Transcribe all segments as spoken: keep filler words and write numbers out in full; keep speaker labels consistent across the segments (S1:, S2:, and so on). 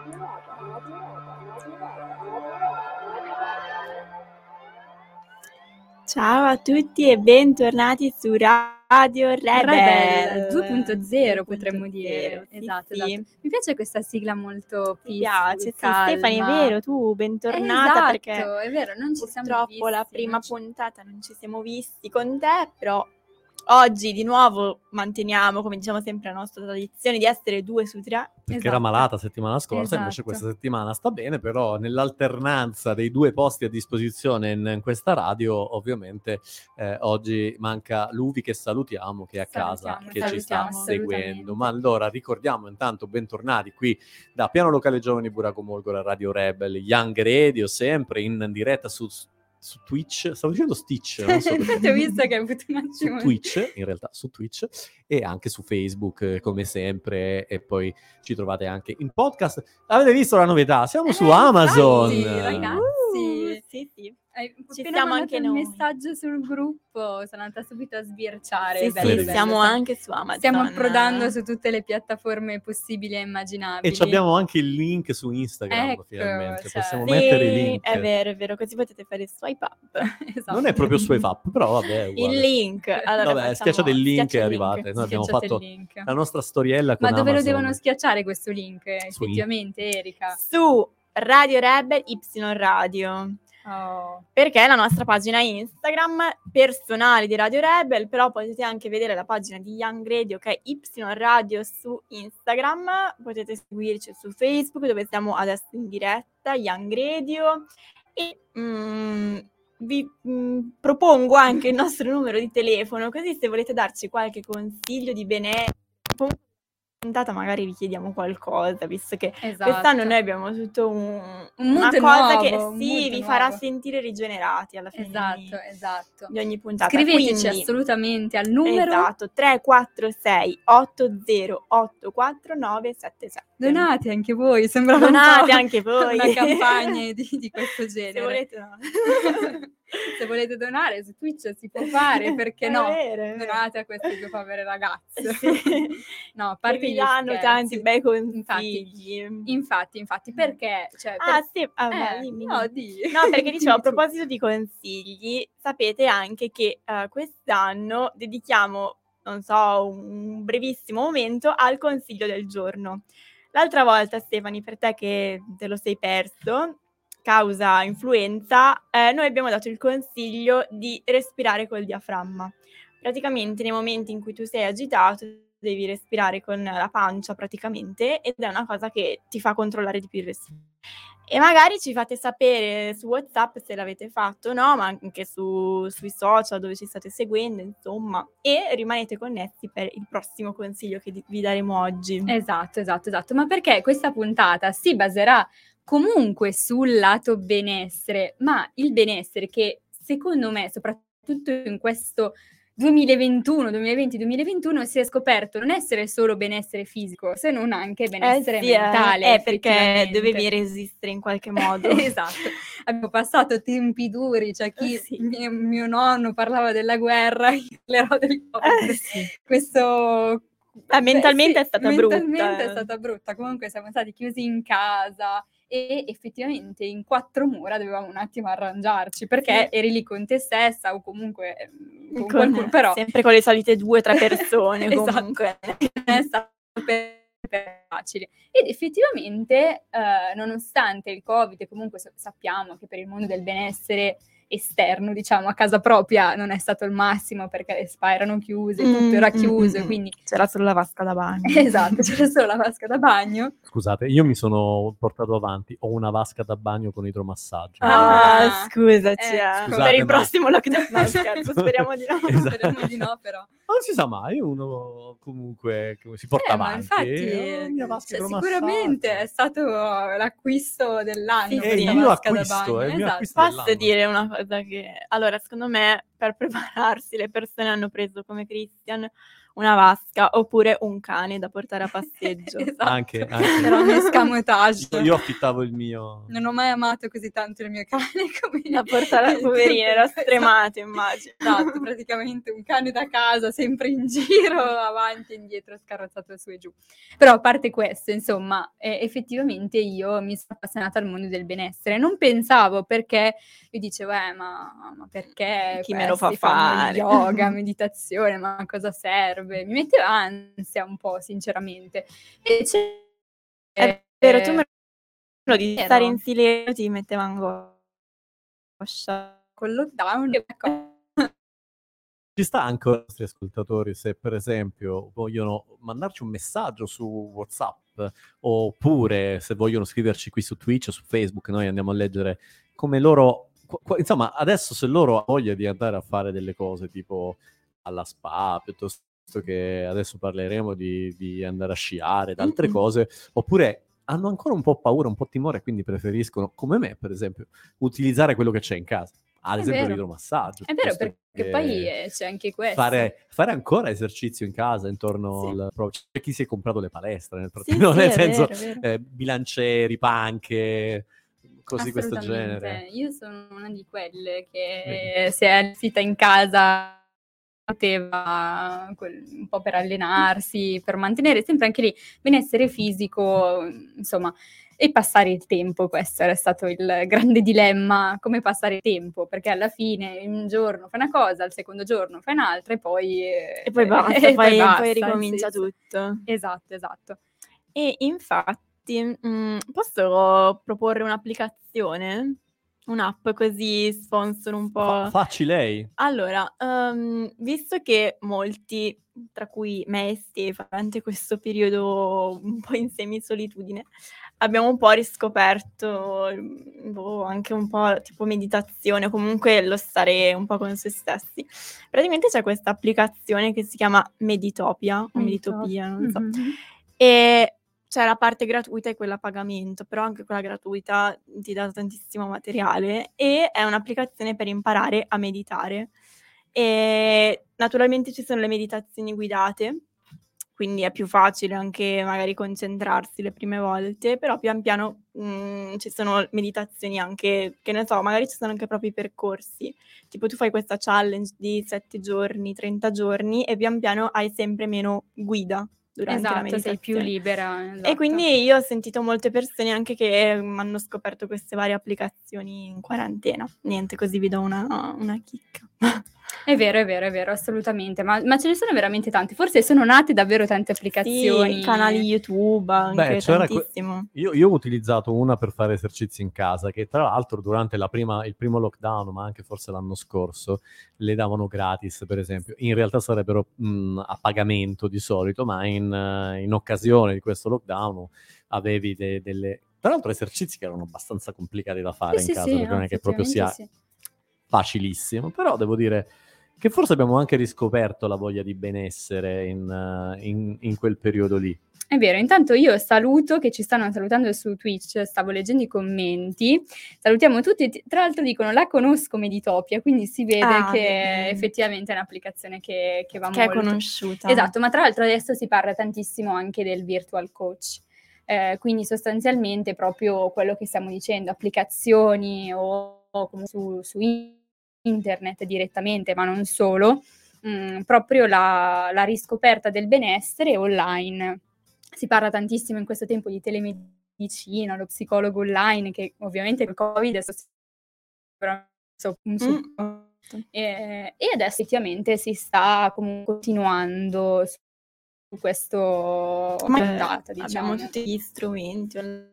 S1: Ciao a tutti e bentornati su Radio Rebel,
S2: Rebel due punto zero potremmo dire.
S1: Sì,
S2: Esatto,
S1: sì.
S2: esatto. Mi piace questa sigla molto
S1: Mi
S2: peaceful,
S1: piace, sì,
S2: calma.
S1: Stefani, è vero, tu bentornata
S2: Esatto,
S1: perché
S2: è vero, non ci siamo visti.
S1: purtroppo la prima
S2: non ci-
S1: puntata non ci siamo visti con te, però oggi di nuovo manteniamo, come diciamo sempre, la nostra tradizione di essere due su tre.
S3: Perché
S2: Esatto.
S3: era malata settimana scorsa, invece
S2: Esatto.
S3: questa settimana sta bene, però nell'alternanza dei due posti a disposizione in, in questa radio, ovviamente eh, oggi manca Luvi, che salutiamo, che è a casa,
S2: Salutiamo,
S3: che ci sta
S2: salutiamo,
S3: seguendo.
S2: assolutamente.
S3: Ma allora ricordiamo intanto, bentornati qui da Piano Locale Giovani Buraco Molgora, Radio Rebel, Young Radio, sempre in diretta su... su Twitch, stavo dicendo Stitch, non so perché.
S2: Ti ho visto che hai avuto un
S3: Su
S2: attimo.
S3: Twitch, in realtà su Twitch, e anche su Facebook, eh, come sempre, e poi ci trovate anche in podcast. Avete visto la novità? Siamo
S2: Eh,
S3: su Amazon!
S2: infatti, ragazzi.
S1: Uh, sì, sì.
S2: Hai
S1: Ci
S2: appena
S1: siamo
S2: mandato
S1: anche
S2: il
S1: noi.
S2: messaggio sul gruppo, sono andata subito a sbirciare.
S1: Sì,
S2: bello,
S1: sì,
S2: bello.
S1: siamo
S2: Stiamo-
S1: anche su Amazon.
S2: Stiamo approdando su tutte le piattaforme possibili e immaginabili.
S3: E ci abbiamo anche il link su Instagram,
S2: Ecco,
S3: finalmente.
S2: cioè-
S3: Possiamo
S1: Sì,
S3: mettere i link.
S1: è vero, è vero, così potete fare il swipe up.
S2: Esatto.
S3: Non è proprio swipe up, però vabbè, è uguale.
S1: Il link. Allora,
S3: Vabbè,
S1: facciamo-
S3: schiacciate il link
S1: schiaccia
S3: e
S1: il link.
S3: arrivate. Noi abbiamo
S2: Schiacciate
S3: fatto
S2: il link.
S3: la nostra storiella con
S2: Ma dove lo
S3: Amazon.
S2: devono schiacciare questo link,
S3: Su-
S2: effettivamente, Erika?
S1: Su Radio Rebel Y Radio.
S2: Oh.
S1: Perché è la nostra pagina Instagram personale di Radio Rebel, però potete anche vedere la pagina di Young Radio, che è Y Radio su Instagram, potete seguirci su Facebook, dove siamo adesso in diretta, Young Radio, e mm, vi mm, propongo anche il nostro numero di telefono, così se volete darci qualche consiglio di benessere, comunque puntata magari vi chiediamo qualcosa, visto che
S2: Esatto.
S1: quest'anno noi abbiamo tutto un,
S2: Un
S1: una
S2: mood
S1: cosa
S2: nuovo,
S1: che
S2: un
S1: sì,
S2: mood
S1: vi farà
S2: nuovo.
S1: sentire rigenerati alla fine di
S2: Esatto,
S1: ogni,
S2: esatto.
S1: di ogni puntata.
S2: Scriveteci
S1: Quindi,
S2: assolutamente al numero.
S1: esatto, tre quattro sei otto zero otto quattro nove sette sette.
S2: Donate anche voi, sembrava
S1: Donate
S2: un po'
S1: anche voi.
S2: una campagna di, di questo genere.
S1: Se volete, no.
S2: Se volete donare su Twitch si può fare, perché
S1: È
S2: no?
S1: vero, è vero.
S2: Donate a queste due povere ragazze.
S1: Sì.
S2: No, a parte
S1: Che vi
S2: gli
S1: danno
S2: scherzi.
S1: tanti bei
S2: Infatti,
S1: consigli.
S2: infatti, infatti, perché? Cioè,
S1: Ah,
S2: per-
S1: sì, ah, vai,
S2: eh,
S1: dimmi,
S2: no,
S1: dimmi.
S2: di.
S1: No, perché dicevo, a
S2: Dimmi tu.
S1: proposito di consigli, sapete anche che eh, quest'anno dedichiamo, non so, un brevissimo momento al consiglio del giorno. L'altra volta, Stefani, per te che te lo sei perso, causa influenza, eh, noi abbiamo dato il consiglio di respirare col diaframma. Praticamente nei momenti in cui tu sei agitato devi respirare con la pancia praticamente, ed è una cosa che ti fa controllare di più il respiro. E magari ci fate sapere su WhatsApp se l'avete fatto o no, ma anche su, sui social dove ci state seguendo, insomma, e rimanete connessi per il prossimo consiglio che di- vi daremo oggi.
S2: Esatto, esatto, esatto. Ma perché questa puntata si baserà comunque sul lato benessere, ma il benessere che secondo me, soprattutto in questo duemilaventuno, duemilaventi, duemilaventuno, si è scoperto non essere solo benessere fisico, se non anche benessere
S1: Eh sì, eh,
S2: mentale.
S1: eh, perché
S2: effettivamente.
S1: dovevi resistere in qualche modo.
S2: Esatto, abbiamo passato tempi duri, c'è chi,
S1: Eh sì.
S2: mio, mio nonno parlava della guerra, io parlerò del Covid.
S1: Eh sì.
S2: Questo
S1: Eh, mentalmente
S2: Beh,
S1: è stata
S2: mentalmente
S1: brutta,
S2: è
S1: eh.
S2: stata brutta, comunque siamo stati chiusi in casa e effettivamente in quattro mura dovevamo un attimo arrangiarci, perché
S1: Sì.
S2: eri lì con te stessa o comunque ehm, con,
S1: Con-
S2: qualcuno, però
S1: sempre con le solite due o tre persone
S2: Esatto.
S1: comunque.
S2: non è stato per, per facile. Ed effettivamente, eh, nonostante il Covid, e comunque sa- sappiamo che per il mondo del benessere esterno, diciamo, a casa propria non è stato il massimo, perché le spa erano chiuse, tutto era
S1: Mm,
S2: chiuso,
S1: mm, mm.
S2: quindi
S1: C'era solo la vasca da bagno.
S2: esatto, c'era solo la vasca da bagno.
S3: Scusate, io mi sono portato avanti. Ho una vasca da bagno con idromassaggio.
S1: Ah,
S2: Ah,
S1: scusaci,
S2: ecco.
S1: eh.
S3: Scusate,
S1: per il
S3: ma-
S1: prossimo lockdown. No, scherzo, speriamo di no.
S3: Esatto.
S2: Speriamo di no, però.
S3: Non si sa mai, uno comunque che si porta
S2: Eh, ma
S3: avanti.
S2: infatti,
S3: Eh, la mia vasca
S2: cioè,
S3: idromassaggio.
S2: sicuramente è stato l'acquisto dell'anno.
S1: Sì,
S2: questa
S1: sì.
S3: È il mio
S2: vasca da
S3: acquisto,
S2: bagno,
S3: è il mio
S2: esatto.
S3: acquisto
S1: Posso
S3: dell'anno.
S1: dire una cosa che... Allora, secondo me, per prepararsi, le persone hanno preso come Christian una vasca oppure un cane da portare a passeggio.
S2: Esatto.
S3: Anche, anche.
S2: Era un escamotage.
S3: Io, io affittavo il mio...
S2: Non ho mai amato così tanto il mio cane come
S1: Da portare a poverina, era stremato, immagino.
S2: Esatto, praticamente un cane da casa, sempre in giro, avanti e indietro, scarrozzato su e giù. Però a parte questo, insomma, eh, effettivamente io mi sono appassionata al mondo del benessere. Non pensavo, perché io dicevo, eh, ma, ma perché
S1: Chi me lo
S2: questi
S1: fa
S2: fanno
S1: fare?
S2: yoga, meditazione, ma cosa serve? Mi metteva ansia un po', sinceramente. E invece,
S1: È vero, tu
S2: eh,
S1: me lo di
S2: vero.
S1: stare in silenzio ti metteva angoscia.
S2: Col lockdown, ecco.
S3: Ci sta anche ai nostri ascoltatori, se per esempio vogliono mandarci un messaggio su WhatsApp, oppure se vogliono scriverci qui su Twitch o su Facebook, noi andiamo a leggere come loro... qu- qu- Insomma, adesso se loro hanno voglia di andare a fare delle cose tipo alla spa, piuttosto che adesso parleremo di, di andare a sciare, ed altre
S1: Mhm.
S3: cose, oppure hanno ancora un po' paura, un po' timore, quindi preferiscono, come me per esempio, utilizzare quello che c'è in casa. Ad
S2: È
S3: esempio
S2: vero.
S3: l'idromassaggio.
S2: È vero,
S3: piuttosto
S2: perché
S3: che
S2: poi eh, c'è anche questo.
S3: Fare, fare ancora esercizio in casa intorno
S2: Sì.
S3: al... pro- C'è chi si è comprato le palestre nel
S1: Sì,
S3: frattempo,
S1: sì,
S3: nel
S1: è
S3: senso
S1: vero, è vero.
S3: eh, bilancieri, panche, cose di questo
S2: Assolutamente.
S3: genere.
S2: Io sono una di quelle che si è sita in casa poteva quel- un po' per allenarsi, per mantenere sempre anche lì benessere fisico, insomma, e passare il tempo. Questo era stato il grande dilemma, come passare il tempo, perché alla fine un giorno fai una cosa, al secondo giorno fai un'altra e poi... eh,
S1: E poi basta,
S2: e
S1: poi, poi
S2: basta,
S1: ricomincia
S2: sì, sì.
S1: tutto.
S2: Esatto, esatto.
S1: E infatti, mh, posso proporre un'applicazione? Un'app così sponsor un
S3: Fa-
S1: po'.
S3: facci lei.
S1: Allora, ehm, visto che molti, tra cui me e Stefa, durante questo periodo un po' in semi-solitudine, abbiamo un po' riscoperto mm, boh, anche un po' tipo meditazione, comunque lo stare un po' con se stessi. Praticamente c'è questa applicazione che si chiama Meditopia, o Meditopia, non so.
S2: Mhm.
S1: E c'è la parte gratuita e quella a pagamento, però anche quella gratuita ti dà tantissimo materiale e è un'applicazione per imparare a meditare. E naturalmente ci sono le meditazioni guidate, quindi è più facile anche magari concentrarsi le prime volte, però pian piano mh, ci sono meditazioni anche, che ne so, magari ci sono anche proprio i percorsi. Tipo tu fai questa challenge di sette giorni, trenta giorni e pian piano hai sempre meno guida durante la
S2: Esatto,
S1: meditazione.
S2: sei più libera.
S1: E
S2: Esatto.
S1: quindi io ho sentito molte persone anche che mm, hanno scoperto queste varie applicazioni in quarantena. Niente, così vi do una, una chicca.
S2: È vero, è vero, è vero, assolutamente, ma, ma ce ne sono veramente tante. Forse sono nate davvero tante applicazioni.
S1: Sì, canali YouTube anche,
S3: Beh, c'era que-
S1: tantissimo.
S3: io, io ho utilizzato una per fare esercizi in casa, che tra l'altro durante la prima, il primo lockdown, ma anche forse l'anno scorso, le davano gratis, per esempio. In realtà sarebbero mh, a pagamento di solito, ma in, eh, in occasione di questo lockdown avevi de- delle... Tra l'altro esercizi che erano abbastanza complicati da fare
S2: Sì,
S3: in
S2: sì,
S3: casa,
S2: sì,
S3: perché non è che proprio sia
S2: effettivamente sì.
S3: facilissimo, però devo dire che forse abbiamo anche riscoperto la voglia di benessere in, eh, in- in quel periodo lì.
S2: È vero, intanto io saluto, che ci stanno salutando su Twitch, stavo leggendo i commenti, salutiamo tutti, t- tra l'altro dicono la conosco Meditopia, quindi si vede
S1: Ah,
S2: che
S1: vedi.
S2: effettivamente è un'applicazione che, che va
S1: Che è
S2: molto.
S1: conosciuta.
S2: Esatto, ma tra l'altro adesso si parla tantissimo anche del virtual coach, eh, quindi sostanzialmente proprio quello che stiamo dicendo, applicazioni o, o comunque su, su internet direttamente, ma non solo, mh, proprio la, la riscoperta del benessere online. Si parla tantissimo in questo tempo di telemedicina, lo psicologo online, che ovviamente il Covid è stato un supporto.
S1: Mm.
S2: E, e adesso effettivamente si sta comunque continuando su su questo
S1: Ma
S2: puntata, diciamo.
S1: abbiamo tutti gli strumenti online,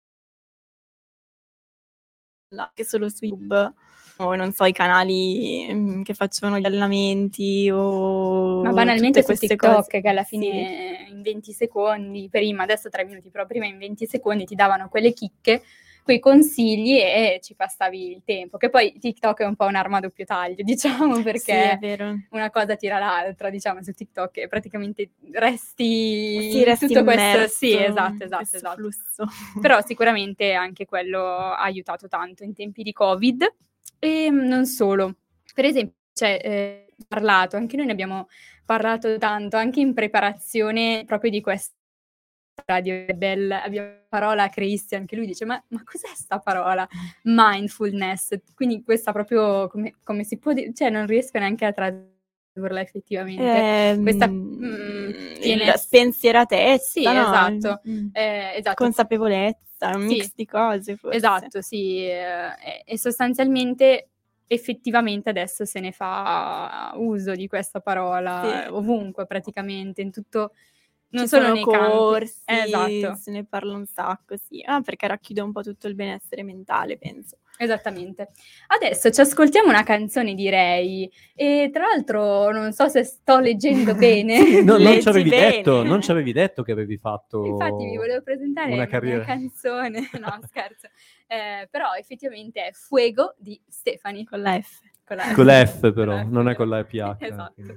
S1: anche solo su YouTube, o non so, i canali mm, che facevano gli allenamenti o
S2: Ma banalmente
S1: tutte
S2: su
S1: queste
S2: TikTok,
S1: cose.
S2: che alla
S1: Sì.
S2: fine in venti secondi, prima, adesso tre minuti, però prima in venti secondi ti davano quelle chicche, quei consigli e ci passavi il tempo. Che poi TikTok è un po' un'arma a doppio taglio, diciamo,
S1: Sì, è
S2: perché
S1: vero.
S2: una cosa tira l'altra, diciamo, su TikTok e praticamente resti
S1: Sì,
S2: in
S1: resti
S2: tutto questo.
S1: immerso
S2: Sì, esatto,
S1: in
S2: esatto,
S1: questo
S2: esatto.
S1: flusso.
S2: Però sicuramente anche quello ha aiutato tanto in tempi di Covid e non solo. Per esempio cioè, eh, parlato, anche noi ne abbiamo parlato tanto, anche in preparazione proprio di questa Radio Rebel, abbiamo parola a Christian, che lui dice, ma, ma cos'è sta parola? Mindfulness, quindi questa proprio, come, come si può dire, cioè non riesco neanche a tradurla effettivamente.
S1: Ehm,
S2: questa mm, tiene...
S1: il spensieratezza,
S2: sì,
S1: no?
S2: esatto,
S1: Mm.
S2: eh, esatto.
S1: Consapevolezza, un
S2: Sì.
S1: mix di cose forse.
S2: Esatto, sì, eh, e, e sostanzialmente effettivamente adesso se ne fa uso di questa parola
S1: Sì.
S2: eh, ovunque praticamente, in tutto, non
S1: Ci
S2: solo
S1: sono
S2: nei campi.
S1: corsi,
S2: Eh, esatto,
S1: se ne parla un sacco, sì. Ah, perché racchiude un po' tutto il benessere mentale, penso.
S2: esattamente. Adesso ci ascoltiamo una canzone, direi, e tra l'altro non so se sto leggendo bene.
S3: Sì, no, non
S1: Leggi
S3: ci avevi
S1: bene.
S3: detto, non ci avevi detto che avevi fatto
S2: Infatti vi volevo presentare
S3: una
S2: la mia
S3: carriera.
S2: canzone, no scherzo, eh, però effettivamente è Fuego di Stefani.
S1: Con la F.
S2: Con la
S3: Con la F però,
S2: Con la F,
S3: non è
S2: però.
S3: con la P H.
S2: Esatto.
S3: quindi.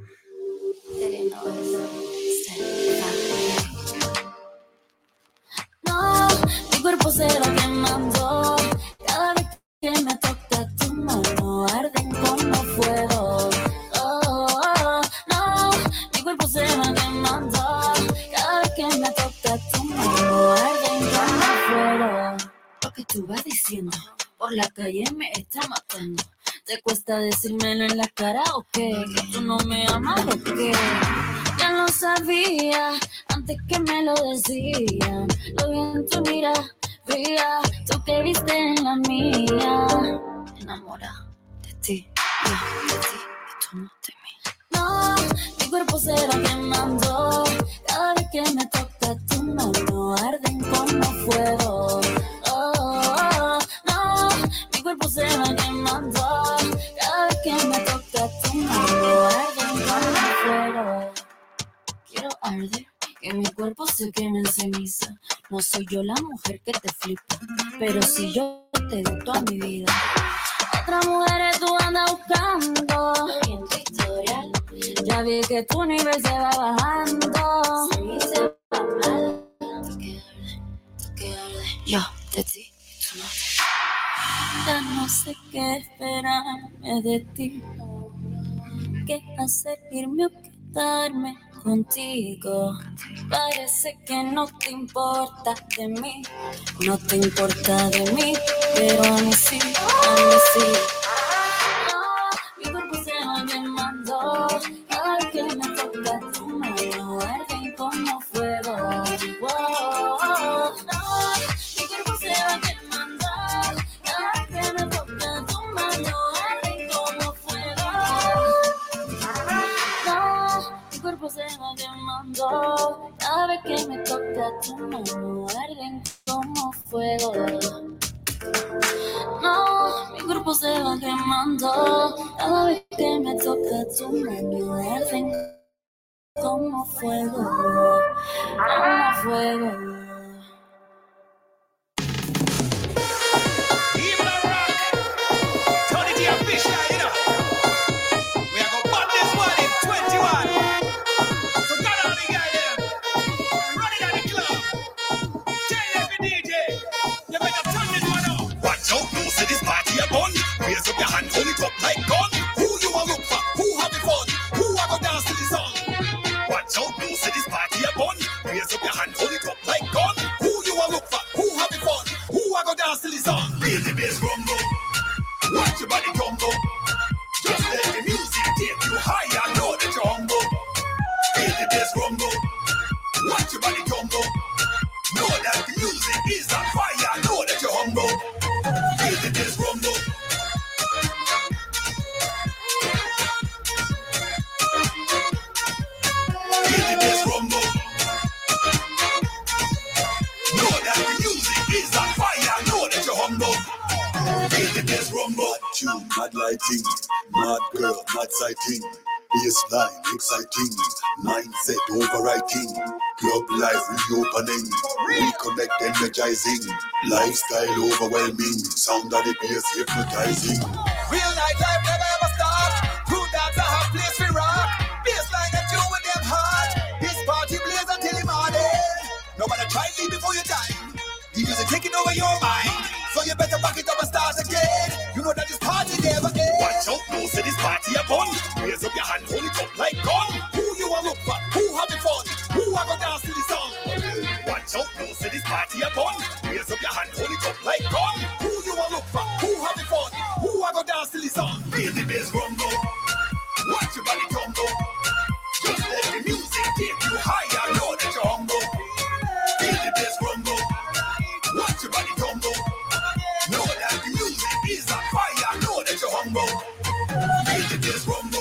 S4: No, mi cuerpo se va quemando. Cada vez que me toca tu mano, arden como fuego. Oh, oh, oh. No, mi cuerpo se va quemando. Cada vez que me toca tu mano, arden como fuego. Lo que tú vas diciendo por la calle me está matando. ¿Te cuesta decírmelo en la cara o qué? ¿Que tú no me amas o qué? Ya lo sabía antes que me lo decían. Lo vi en tu mirada fría, tú que viste en la mía. Enamorada de ti, yo de ti y tú no de mí. No, mi cuerpo se va quemando. Cada vez que me toca tu mano, arden como fuego. Oh, oh, oh. No, mi cuerpo se va quemando. Cada vez que me toca tu mano, arden como fuego. Quiero arder, que mi cuerpo se queme en ceniza. No soy yo la mujer que te flipa, pero si yo te doy toda mi vida. Otras mujeres tú andas buscando, y en tu historial ya vi que tu nivel se va bajando. Sí, se va mal. Tú que arde, tú que arde, yo de ti, tú no de mí. Ya no sé qué esperarme de ti, qué hacer, irme o quedarme contigo. Parece que no te importa de mí, no te importa de mí, pero a mí sí, a mí sí. No, mi cuerpo se va quemando. Cada vez que me toca tu mano, arden como fuego. Wow. No, mi cuerpo se va quemando. Cada vez que me toca tu mano, arden como fuego. No, mi cuerpo se va quemando. Cada vez que me toca tu mano, arden como fuego. No, mi cuerpo se va quemando. Cada vez que me toca tu mano, arden como fuego, como fuego.
S5: Even a rock, Tony T official, you know. We are gonna burn this one in twenty-one. So got all the guy there, run it at the club. Tell every D J, you better turn this one on. Watch out, no see this party a bun. Raise up your hand, hold it up like gun. Who you a look for? Who have the fun? Who a go dance to the song? Watch out, no see this party a bun. Raise up your hand, hold it up like gun. Who you a look for? Who have the fun? Who a go dance to the song? Feel the bass rumble. Watch your body tumble. Just let the music take you higher. Know that you're humble. Feel the bass rumble. Watch your body tumble. Know that the music is on fire. Know that you're humble. Feel the bass rumble. Feel the bass rumble. Know that the music is on fire. Know that you're humble. Feel the bass rumble.
S6: Tune, mad lighting, mad girl, mad sighting, baseline, exciting, mindset overwriting, club life reopening, reconnect, energizing, lifestyle overwhelming, sound of the bass hypnotizing.
S5: Real nightlife never ever start. Crew dance a hot place we rock. Baseline and tune with them heart. This party blaze until the morning. Nobody try leave before your time. The music taking over your mind. So you better back it up and start again. You know that this party never ends. Watch out, no say this party a bun.
S6: weapon. Raise up your hand, hold it up like gun. Who you want look for? Who have the fun? Who I go dance till the sun? Feel the bass rumble. Watch your body tumble. Just let the music take you higher. Know that you're humble. Feel the bass rumble. Watch your body tumble. Know that the music is a fire. Know that you're humble. Feel the bass rumble.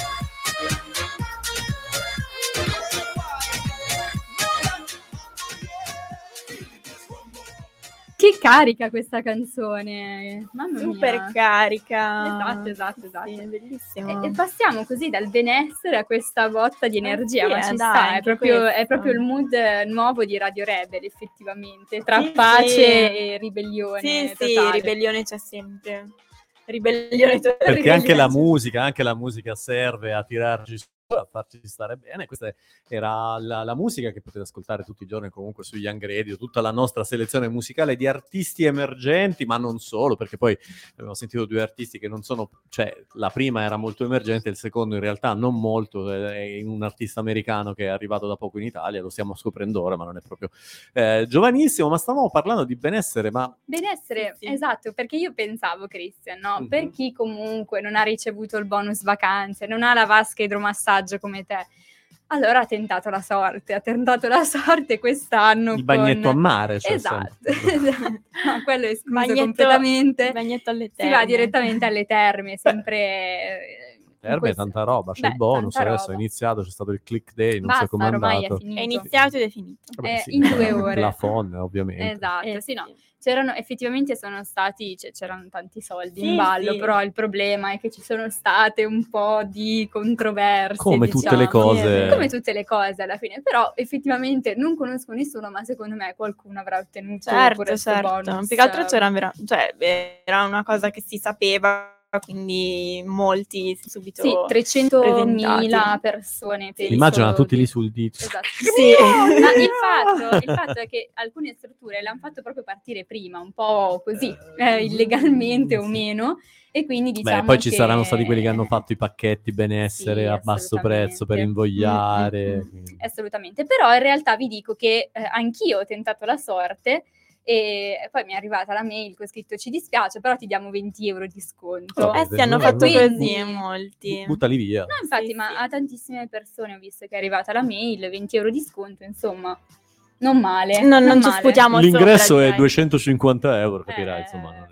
S2: Che carica questa canzone, mamma
S1: Super
S2: mia.
S1: carica.
S2: Esatto, esatto, esatto.
S1: Sì, è bellissimo.
S2: E, e passiamo così dal benessere a questa botta di energia,
S1: sì,
S2: ma
S1: eh,
S2: ci
S1: dai,
S2: sta, è
S1: anche
S2: proprio, è
S1: questo.
S2: proprio il mood nuovo di Radio Rebel, effettivamente, tra
S1: Sì,
S2: pace
S1: sì.
S2: e ribellione
S1: Sì, sì,
S2: totale.
S1: ribellione c'è sempre. Ribellione totale.
S3: Perché anche la
S1: Ribellione.
S3: musica, anche la musica serve a tirarci su, a farci stare bene. Questa era la, la musica che potete ascoltare tutti i giorni comunque su Young Radio, tutta la nostra selezione musicale di artisti emergenti, ma non solo, perché poi abbiamo sentito due artisti che non sono, cioè la prima era molto emergente, il secondo in realtà non molto, è un artista americano che è arrivato da poco in Italia, lo stiamo scoprendo ora, ma non è proprio eh, giovanissimo. Ma stavamo parlando di benessere, ma
S2: Benessere,
S1: Sì, sì.
S2: esatto, perché io pensavo, Christian, no?
S3: Mhm.
S2: Per chi comunque non ha ricevuto il bonus vacanze, non ha la vasca idromassaggio come te, allora ha tentato la sorte, ha tentato la sorte quest'anno
S3: il bagnetto
S2: con...
S3: a mare, cioè
S2: Esatto,
S3: sempre.
S2: esatto. No, quello è escluso
S1: Bagnetto-
S2: completamente.
S1: bagnetto alle
S2: Si va
S1: terme.
S2: direttamente alle terme, sempre... eh, in
S3: Terme,
S2: questo-
S3: tanta roba, c'è
S2: Beh,
S3: il bonus,
S2: tanta
S3: adesso è
S2: roba.
S3: iniziato, c'è stato il click day, non so
S2: Basta,
S3: come è
S2: ormai è
S3: andato.
S2: finito.
S1: È iniziato ed è finito.
S3: Vabbè,
S2: Eh,
S3: sì,
S2: in due ore.
S3: La fonte, ovviamente.
S2: Esatto,
S1: Eh,
S2: sì, no.
S1: sì.
S2: C'erano effettivamente sono stati, cioè, c'erano tanti soldi
S1: Sì,
S2: in ballo,
S1: sì.
S2: però il problema è che ci sono state un po' di controversie,
S3: Come tutte le
S2: diciamo.
S3: cose.
S2: Come tutte le cose alla fine, però effettivamente non conosco nessuno, ma secondo me qualcuno avrà ottenuto pure
S1: Certo,
S2: questo
S1: certo.
S2: bonus.
S1: Più che altro c'era, vera- cioè, era una cosa che si sapeva, quindi molti subito
S2: Sì, trecentomila
S1: presentati.
S2: persone penso.
S3: Immagina tutti
S2: di-
S3: lì sul dito.
S2: Esatto.
S1: Sì.
S2: Ma il fatto, il fatto è che alcune strutture l'hanno fatto proprio partire prima, un po' così, eh, illegalmente o meno, e quindi diciamo
S3: Beh, poi ci
S2: che-
S3: saranno stati quelli che hanno fatto i pacchetti benessere
S2: Sì,
S3: a basso
S2: assolutamente.
S3: prezzo per invogliare.
S2: Mm, mm, mm.
S3: quindi-
S2: Assolutamente, però in realtà vi dico che eh, anch'io ho tentato la sorte e poi mi è arrivata la mail con scritto ci dispiace, però ti diamo venti euro di sconto.
S3: Vabbè,
S1: Eh sì, hanno
S3: Vabbè,
S1: fatto
S2: quindi-
S1: così molti.
S3: Buttali via.
S2: No, infatti,
S1: Sì,
S2: ma
S1: sì.
S2: a tantissime persone ho visto che è arrivata la mail, venti euro di sconto, insomma, non male.
S1: Non, non ci
S2: male.
S1: sputiamo
S3: L'ingresso
S1: sopra,
S3: è
S1: direi.
S3: duecentocinquanta euro, capirai,
S2: Eh.
S3: insomma, non è niente.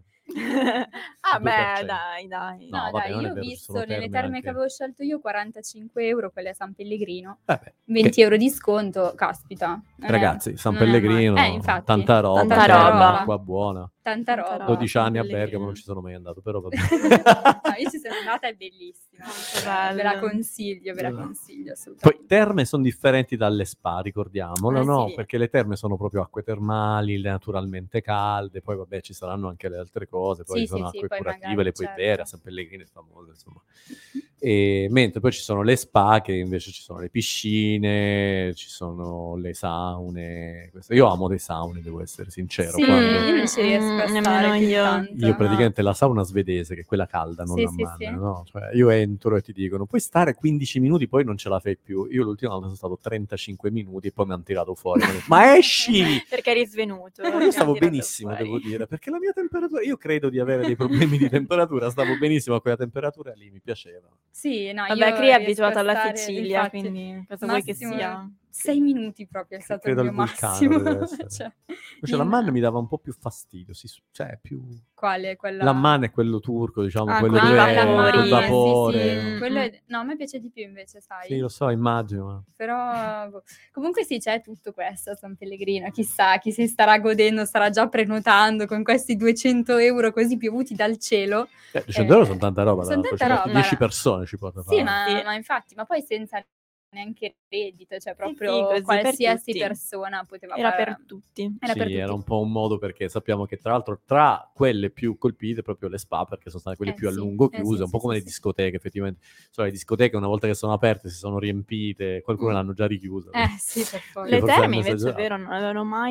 S1: Ah
S3: due per
S1: beh,
S3: cento.
S1: dai, dai.
S2: No,
S3: No, vabbè,
S2: dai,
S3: non è
S2: io ho
S3: vero, ci
S2: visto
S3: sono
S2: nelle
S3: terme
S2: terme
S3: anche-
S2: che avevo scelto io quarantacinque euro, quelle a San Pellegrino,
S3: Vabbè,
S2: venti
S3: che-
S2: euro di sconto, caspita. non è-
S3: Ragazzi, San
S2: non è
S3: Pellegrino,
S2: male. Eh, infatti,
S3: tanta roba,
S1: tanta
S3: terme,
S1: roba.
S3: acqua buona.
S2: Tanta
S1: Tanta
S2: roba.
S1: roba.
S3: dodici anni a
S1: San Pellegrino.
S3: Bergamo, non ci sono mai andato, però vabbè.
S2: No, io ci sono andata, è bellissima.
S1: bello.
S2: Ve la consiglio, ve la
S3: Esatto.
S2: consiglio assolutamente.
S3: Poi terme sono differenti dalle spa, ricordiamolo,
S1: Eh,
S3: no?
S1: sì.
S3: Perché le terme sono proprio acque termali, le naturalmente calde, poi vabbè ci saranno anche le altre cose, poi
S2: Sì,
S3: sono
S2: sì, sì,
S3: acque
S2: poi
S3: curative,
S2: magari,
S3: le puoi
S2: certo.
S3: bere, a San Pellegrino è famoso, insomma. E, mentre poi ci sono le spa, che invece ci sono le piscine, ci sono le saune. questo- Io amo le saune, devo essere sincero.
S2: Sì,
S3: quando-
S2: io non ci riesco a
S1: Mm,
S2: stare
S1: nemmeno
S2: più
S1: io.
S2: tanto,
S3: Io
S2: no.
S3: praticamente la sauna svedese, che è quella calda, non
S2: Sì,
S3: la
S2: sì,
S3: manda,
S2: sì.
S3: no? Cioè, io entro e ti dicono, puoi stare quindici minuti, poi non ce la fai più. Io l'ultima volta sono stato trentacinque minuti e poi mi hanno tirato fuori. Mi hanno detto, ma esci!
S1: Perché eri svenuto.
S3: Eh, ma
S1: ti
S3: io stavo
S1: hanno tirato
S3: benissimo,
S1: fuori.
S3: devo dire, perché la mia temperatura, io credo di avere dei problemi di temperatura, stavo benissimo a quella temperatura lì, mi piaceva.
S2: Sì, no,
S1: Vabbè,
S2: io
S1: Cri è
S2: riesco
S1: abituata
S2: a
S1: alla
S2: stare,
S1: Sicilia,
S2: infatti,
S1: quindi cosa vuoi che
S2: massimo
S1: sia?
S2: sei minuti proprio è stato
S3: Credo
S2: il
S3: al
S2: mio
S3: vulcano
S2: massimo.
S3: deve essere.
S2: Cioè,
S3: Invece la
S2: in-
S3: man mi dava un po' più fastidio, sì, cioè più...
S2: Quale? Quella...
S3: La man è quello turco, diciamo,
S1: Ah,
S3: quello
S1: con i
S3: dove
S1: vapori,
S3: col
S1: sì,
S3: vapore.
S2: Sì,
S1: Mm,
S2: quello
S1: mm.
S2: è- No, a me piace di più invece, sai.
S3: Sì, lo so, immagino. ma-
S2: Però boh. Comunque sì, c'è tutto questo a San Pellegrino. Chissà, chi si starà godendo, starà già prenotando con questi duecento euro così piovuti dal cielo.
S3: Eh, duecento euro sono
S2: Eh,
S3: tanta roba,
S2: sono
S3: tra l'altro,
S2: tanta
S3: ci porta
S2: roba.
S3: dieci persone ci porta a
S2: Sì,
S3: fare.
S2: ma,
S1: Sì.
S2: ma infatti, ma poi senza neanche reddito, cioè
S1: sì,
S2: proprio
S1: così per
S2: qualsiasi
S1: tutti.
S2: persona poteva
S1: Era
S2: fare-
S1: per tutti.
S2: Era
S3: Sì,
S2: per tutti.
S3: era un po' un modo perché sappiamo che tra l'altro tra quelle più colpite proprio le spa, perché sono state quelle
S2: Eh
S3: più
S2: sì,
S3: a lungo
S2: eh
S3: chiuse,
S2: sì,
S3: un po'
S2: sì,
S3: come
S2: sì,
S3: le
S2: sì.
S3: discoteche effettivamente. Sono le discoteche una volta che sono aperte si sono riempite, qualcuno
S2: Mm.
S3: l'hanno già richiusa.
S2: Eh sì, per forza.
S1: Le
S3: forse
S1: terme
S3: hanno
S1: invece è
S3: esagerato.
S1: vero, non avevano mai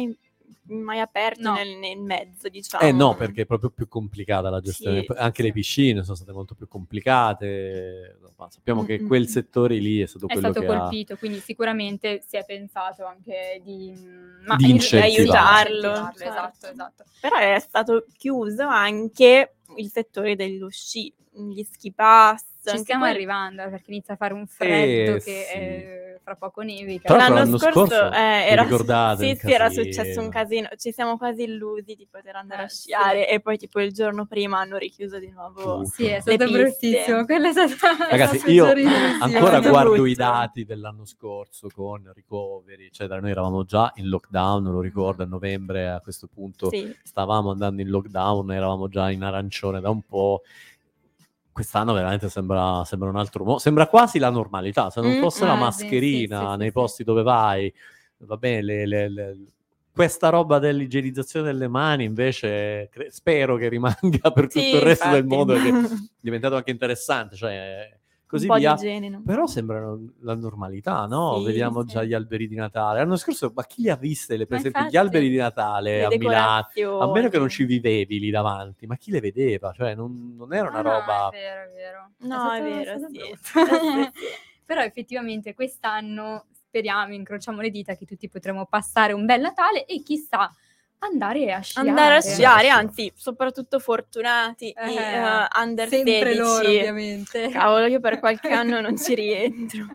S1: mai aperto
S2: No.
S1: nel, nel mezzo, diciamo.
S3: Eh no, perché è proprio più complicata la gestione.
S1: Sì,
S3: Anche
S1: sì.
S3: le piscine sono state molto più complicate. Ma sappiamo che
S1: Mm, mm,
S3: quel
S1: mm.
S3: settore lì è stato
S2: È
S3: quello
S2: stato
S3: che ha
S2: colpito, quindi sicuramente si è pensato anche di, mm, ma
S3: Di
S2: in-
S3: incentivarlo.
S1: Aiutarlo,
S2: incentivarlo, esatto,
S1: certo.
S2: esatto.
S1: Però è stato chiuso anche il settore dello sci, gli ski pass.
S2: Ci
S1: anche
S2: stiamo
S1: quelli-
S2: arrivando perché inizia a fare un freddo
S3: Eh,
S2: che
S3: sì.
S2: eh, fra poco nevica.
S3: Tra l'altro
S1: L'anno
S3: l'anno
S1: scorso,
S3: scorso,
S1: eh,
S3: vi
S1: era,
S3: ricordate,
S1: sì,
S3: un
S1: sì, era
S3: casino.
S1: successo un casino. Ci siamo quasi illusi di poter andare
S2: Eh,
S1: a
S2: sì.
S1: sciare e poi tipo il giorno prima hanno richiuso di nuovo.
S3: Tutto.
S2: Sì, è
S1: Le
S2: stato
S1: piste.
S2: bruttissimo. Quello è stato
S3: Ragazzi,
S2: è stato
S3: io
S2: peggiorissimo.
S3: ancora
S1: È stato
S3: guardo
S1: brutto.
S3: i dati dell'anno scorso con recovery, eccetera. Noi eravamo già in lockdown, lo ricordo, a novembre a questo punto
S1: Sì.
S3: stavamo andando in lockdown, eravamo già in arancione da un po'. Quest'anno veramente sembra, sembra un altro mondo, sembra quasi la normalità, se non
S1: Mm,
S3: fosse
S2: mm,
S3: la
S2: sì,
S3: mascherina
S2: sì, sì,
S3: nei
S2: sì,
S3: posti dove vai, va bene, le- le- le- questa roba dell'igienizzazione delle mani invece cre- spero che rimanga per tutto
S1: Sì,
S3: il resto del
S1: infatti.
S3: mondo, perché è diventato anche interessante, cioè così
S1: Un po'
S3: via.
S1: di igiene, no?
S3: Però sembra la normalità, no?
S1: Sì,
S3: Vediamo
S1: sì.
S3: già gli alberi di Natale. L'anno scorso, ma chi li ha viste, le, per
S2: Ma
S3: esempio, gli
S2: infatti.
S3: alberi di Natale
S1: Le
S3: a Milano? A meno che non
S1: decorazioni.
S3: ci vivevi lì davanti, ma chi le vedeva? Cioè, non, non era una
S2: No, no,
S3: roba...
S2: è vero, è vero.
S1: No,
S2: stato-
S1: è vero,
S2: stato
S1: sì.
S2: brutto.
S1: Eh, sì, sì.
S2: Però effettivamente quest'anno speriamo, incrociamo le dita, che tutti potremo passare un bel Natale e chissà andare a sciare.
S1: Andare a sciare,
S3: Sì.
S1: anzi, soprattutto fortunati
S2: Eh,
S1: i eh, under
S2: sempre
S1: sedici.
S2: loro, ovviamente.
S1: Cavolo, io per qualche anno non ci rientro.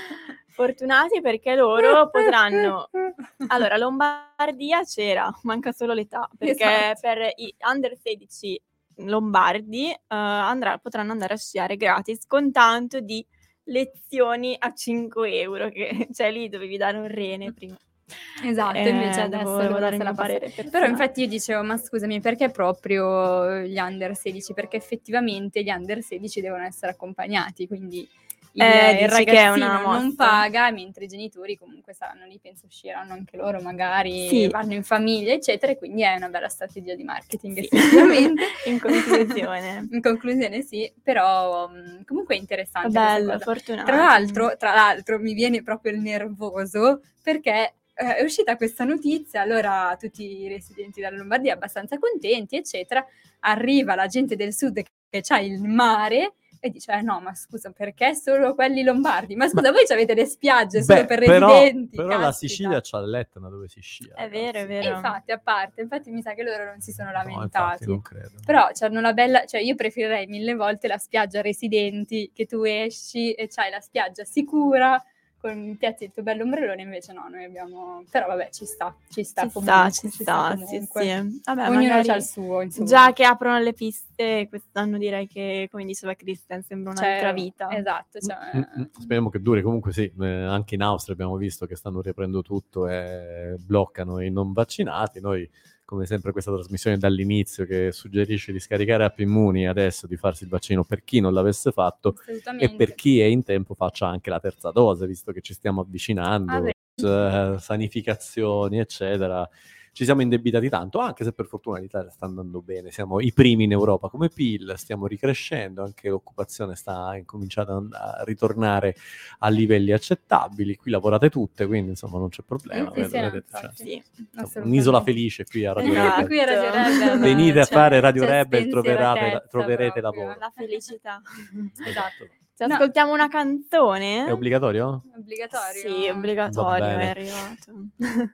S1: Fortunati perché loro potranno... Allora, Lombardia c'era, manca solo l'età, perché
S2: Esatto.
S1: per i under sedici lombardi eh, andrà- potranno andare a sciare gratis con tanto di lezioni a cinque euro, che cioè lì dovevi dare un rene prima.
S2: Esatto,
S1: Eh,
S2: invece adesso
S1: dovevo
S2: loro
S1: dare
S2: se
S1: il
S2: la
S1: mio
S2: passano.
S1: parere
S2: Però
S1: personale.
S2: infatti io dicevo, ma scusami, perché proprio gli under sedici? Perché effettivamente gli under sedici devono essere accompagnati, quindi il,
S1: Eh,
S2: il
S1: dici che è
S2: ragazzino
S1: una
S2: non
S1: mossa.
S2: paga, mentre i genitori comunque saranno lì, penso usciranno anche loro, magari
S1: Sì.
S2: vanno in famiglia, eccetera, e quindi è una bella strategia di marketing,
S1: Sì.
S2: effettivamente.
S1: In conclusione.
S2: In conclusione sì, però mh, comunque è interessante questa
S1: Bello,
S2: cosa.
S1: fortunato.
S2: Tra l'altro, tra l'altro mi viene proprio il nervoso perché eh, è uscita questa notizia, allora tutti i residenti della Lombardia abbastanza contenti, eccetera, arriva la gente del sud che c'ha il mare e dice, eh no, ma scusa, perché solo quelli lombardi? Ma scusa, voi avete le spiagge solo
S3: Beh,
S2: per
S3: però,
S2: residenti?
S3: però la
S2: caspita.
S3: Sicilia c'ha l'Etna dove si scia.
S1: È vero, è
S3: ragazzi.
S2: E
S1: vero.
S2: infatti, a parte, infatti mi sa che loro non si sono
S3: No, infatti
S2: lamentati.
S3: non credo.
S2: Però c'hanno una bella, cioè io preferirei mille volte la spiaggia residenti, che tu esci e c'hai la spiaggia sicura con un piazzetto bello ombrellone, invece no, noi abbiamo, però vabbè, ci sta, ci sta
S1: Ci
S2: comunque,
S1: sta, ci
S2: ci
S1: sta, sì,
S2: comunque.
S1: sì. Vabbè,
S2: Ognuno
S1: magari
S2: ha il suo, insomma.
S1: già che aprono le piste quest'anno direi che, come diceva Christian, sembra un'altra
S2: Cioè,
S1: vita.
S2: Esatto, cioè,
S3: Mm, mm, Speriamo che duri. Comunque sì, eh, anche in Austria abbiamo visto che stanno riaprendo tutto e bloccano i non vaccinati. Noi, come sempre, questa trasmissione dall'inizio che suggerisce di scaricare app Immuni adesso, di farsi il vaccino per chi non l'avesse fatto e
S2: assolutamente.
S3: per chi è in tempo faccia anche la terza dose, visto che ci stiamo avvicinando,
S2: Ah, beh.
S3: eh, sanificazioni, eccetera. Ci siamo indebitati tanto, anche se per fortuna l'Italia sta andando bene, siamo i primi in Europa come P I L, stiamo ricrescendo, anche l'occupazione sta incominciando a ritornare a livelli accettabili, qui lavorate tutte, quindi insomma non c'è problema.
S2: Sì, sì,
S3: vedete,
S2: no,
S3: vedete,
S2: infatti,
S3: cioè,
S1: Sì.
S3: insomma,
S2: assolutamente.
S3: un'isola felice qui a Radio
S1: Esatto.
S3: Rebel.
S2: Qui a Radio Rebel,
S3: Venite a
S2: cioè,
S3: fare Radio
S2: c'è
S3: Rebel, troverate,
S2: spensieratezza
S3: troverete
S2: proprio.
S3: lavoro.
S1: La felicità.
S2: Esatto.
S1: Ci
S2: No.
S1: ascoltiamo una canzone?
S3: È obbligatorio?
S2: Obbligatorio.
S1: Sì,
S3: Va
S1: obbligatorio, è
S3: bene.
S1: arrivato.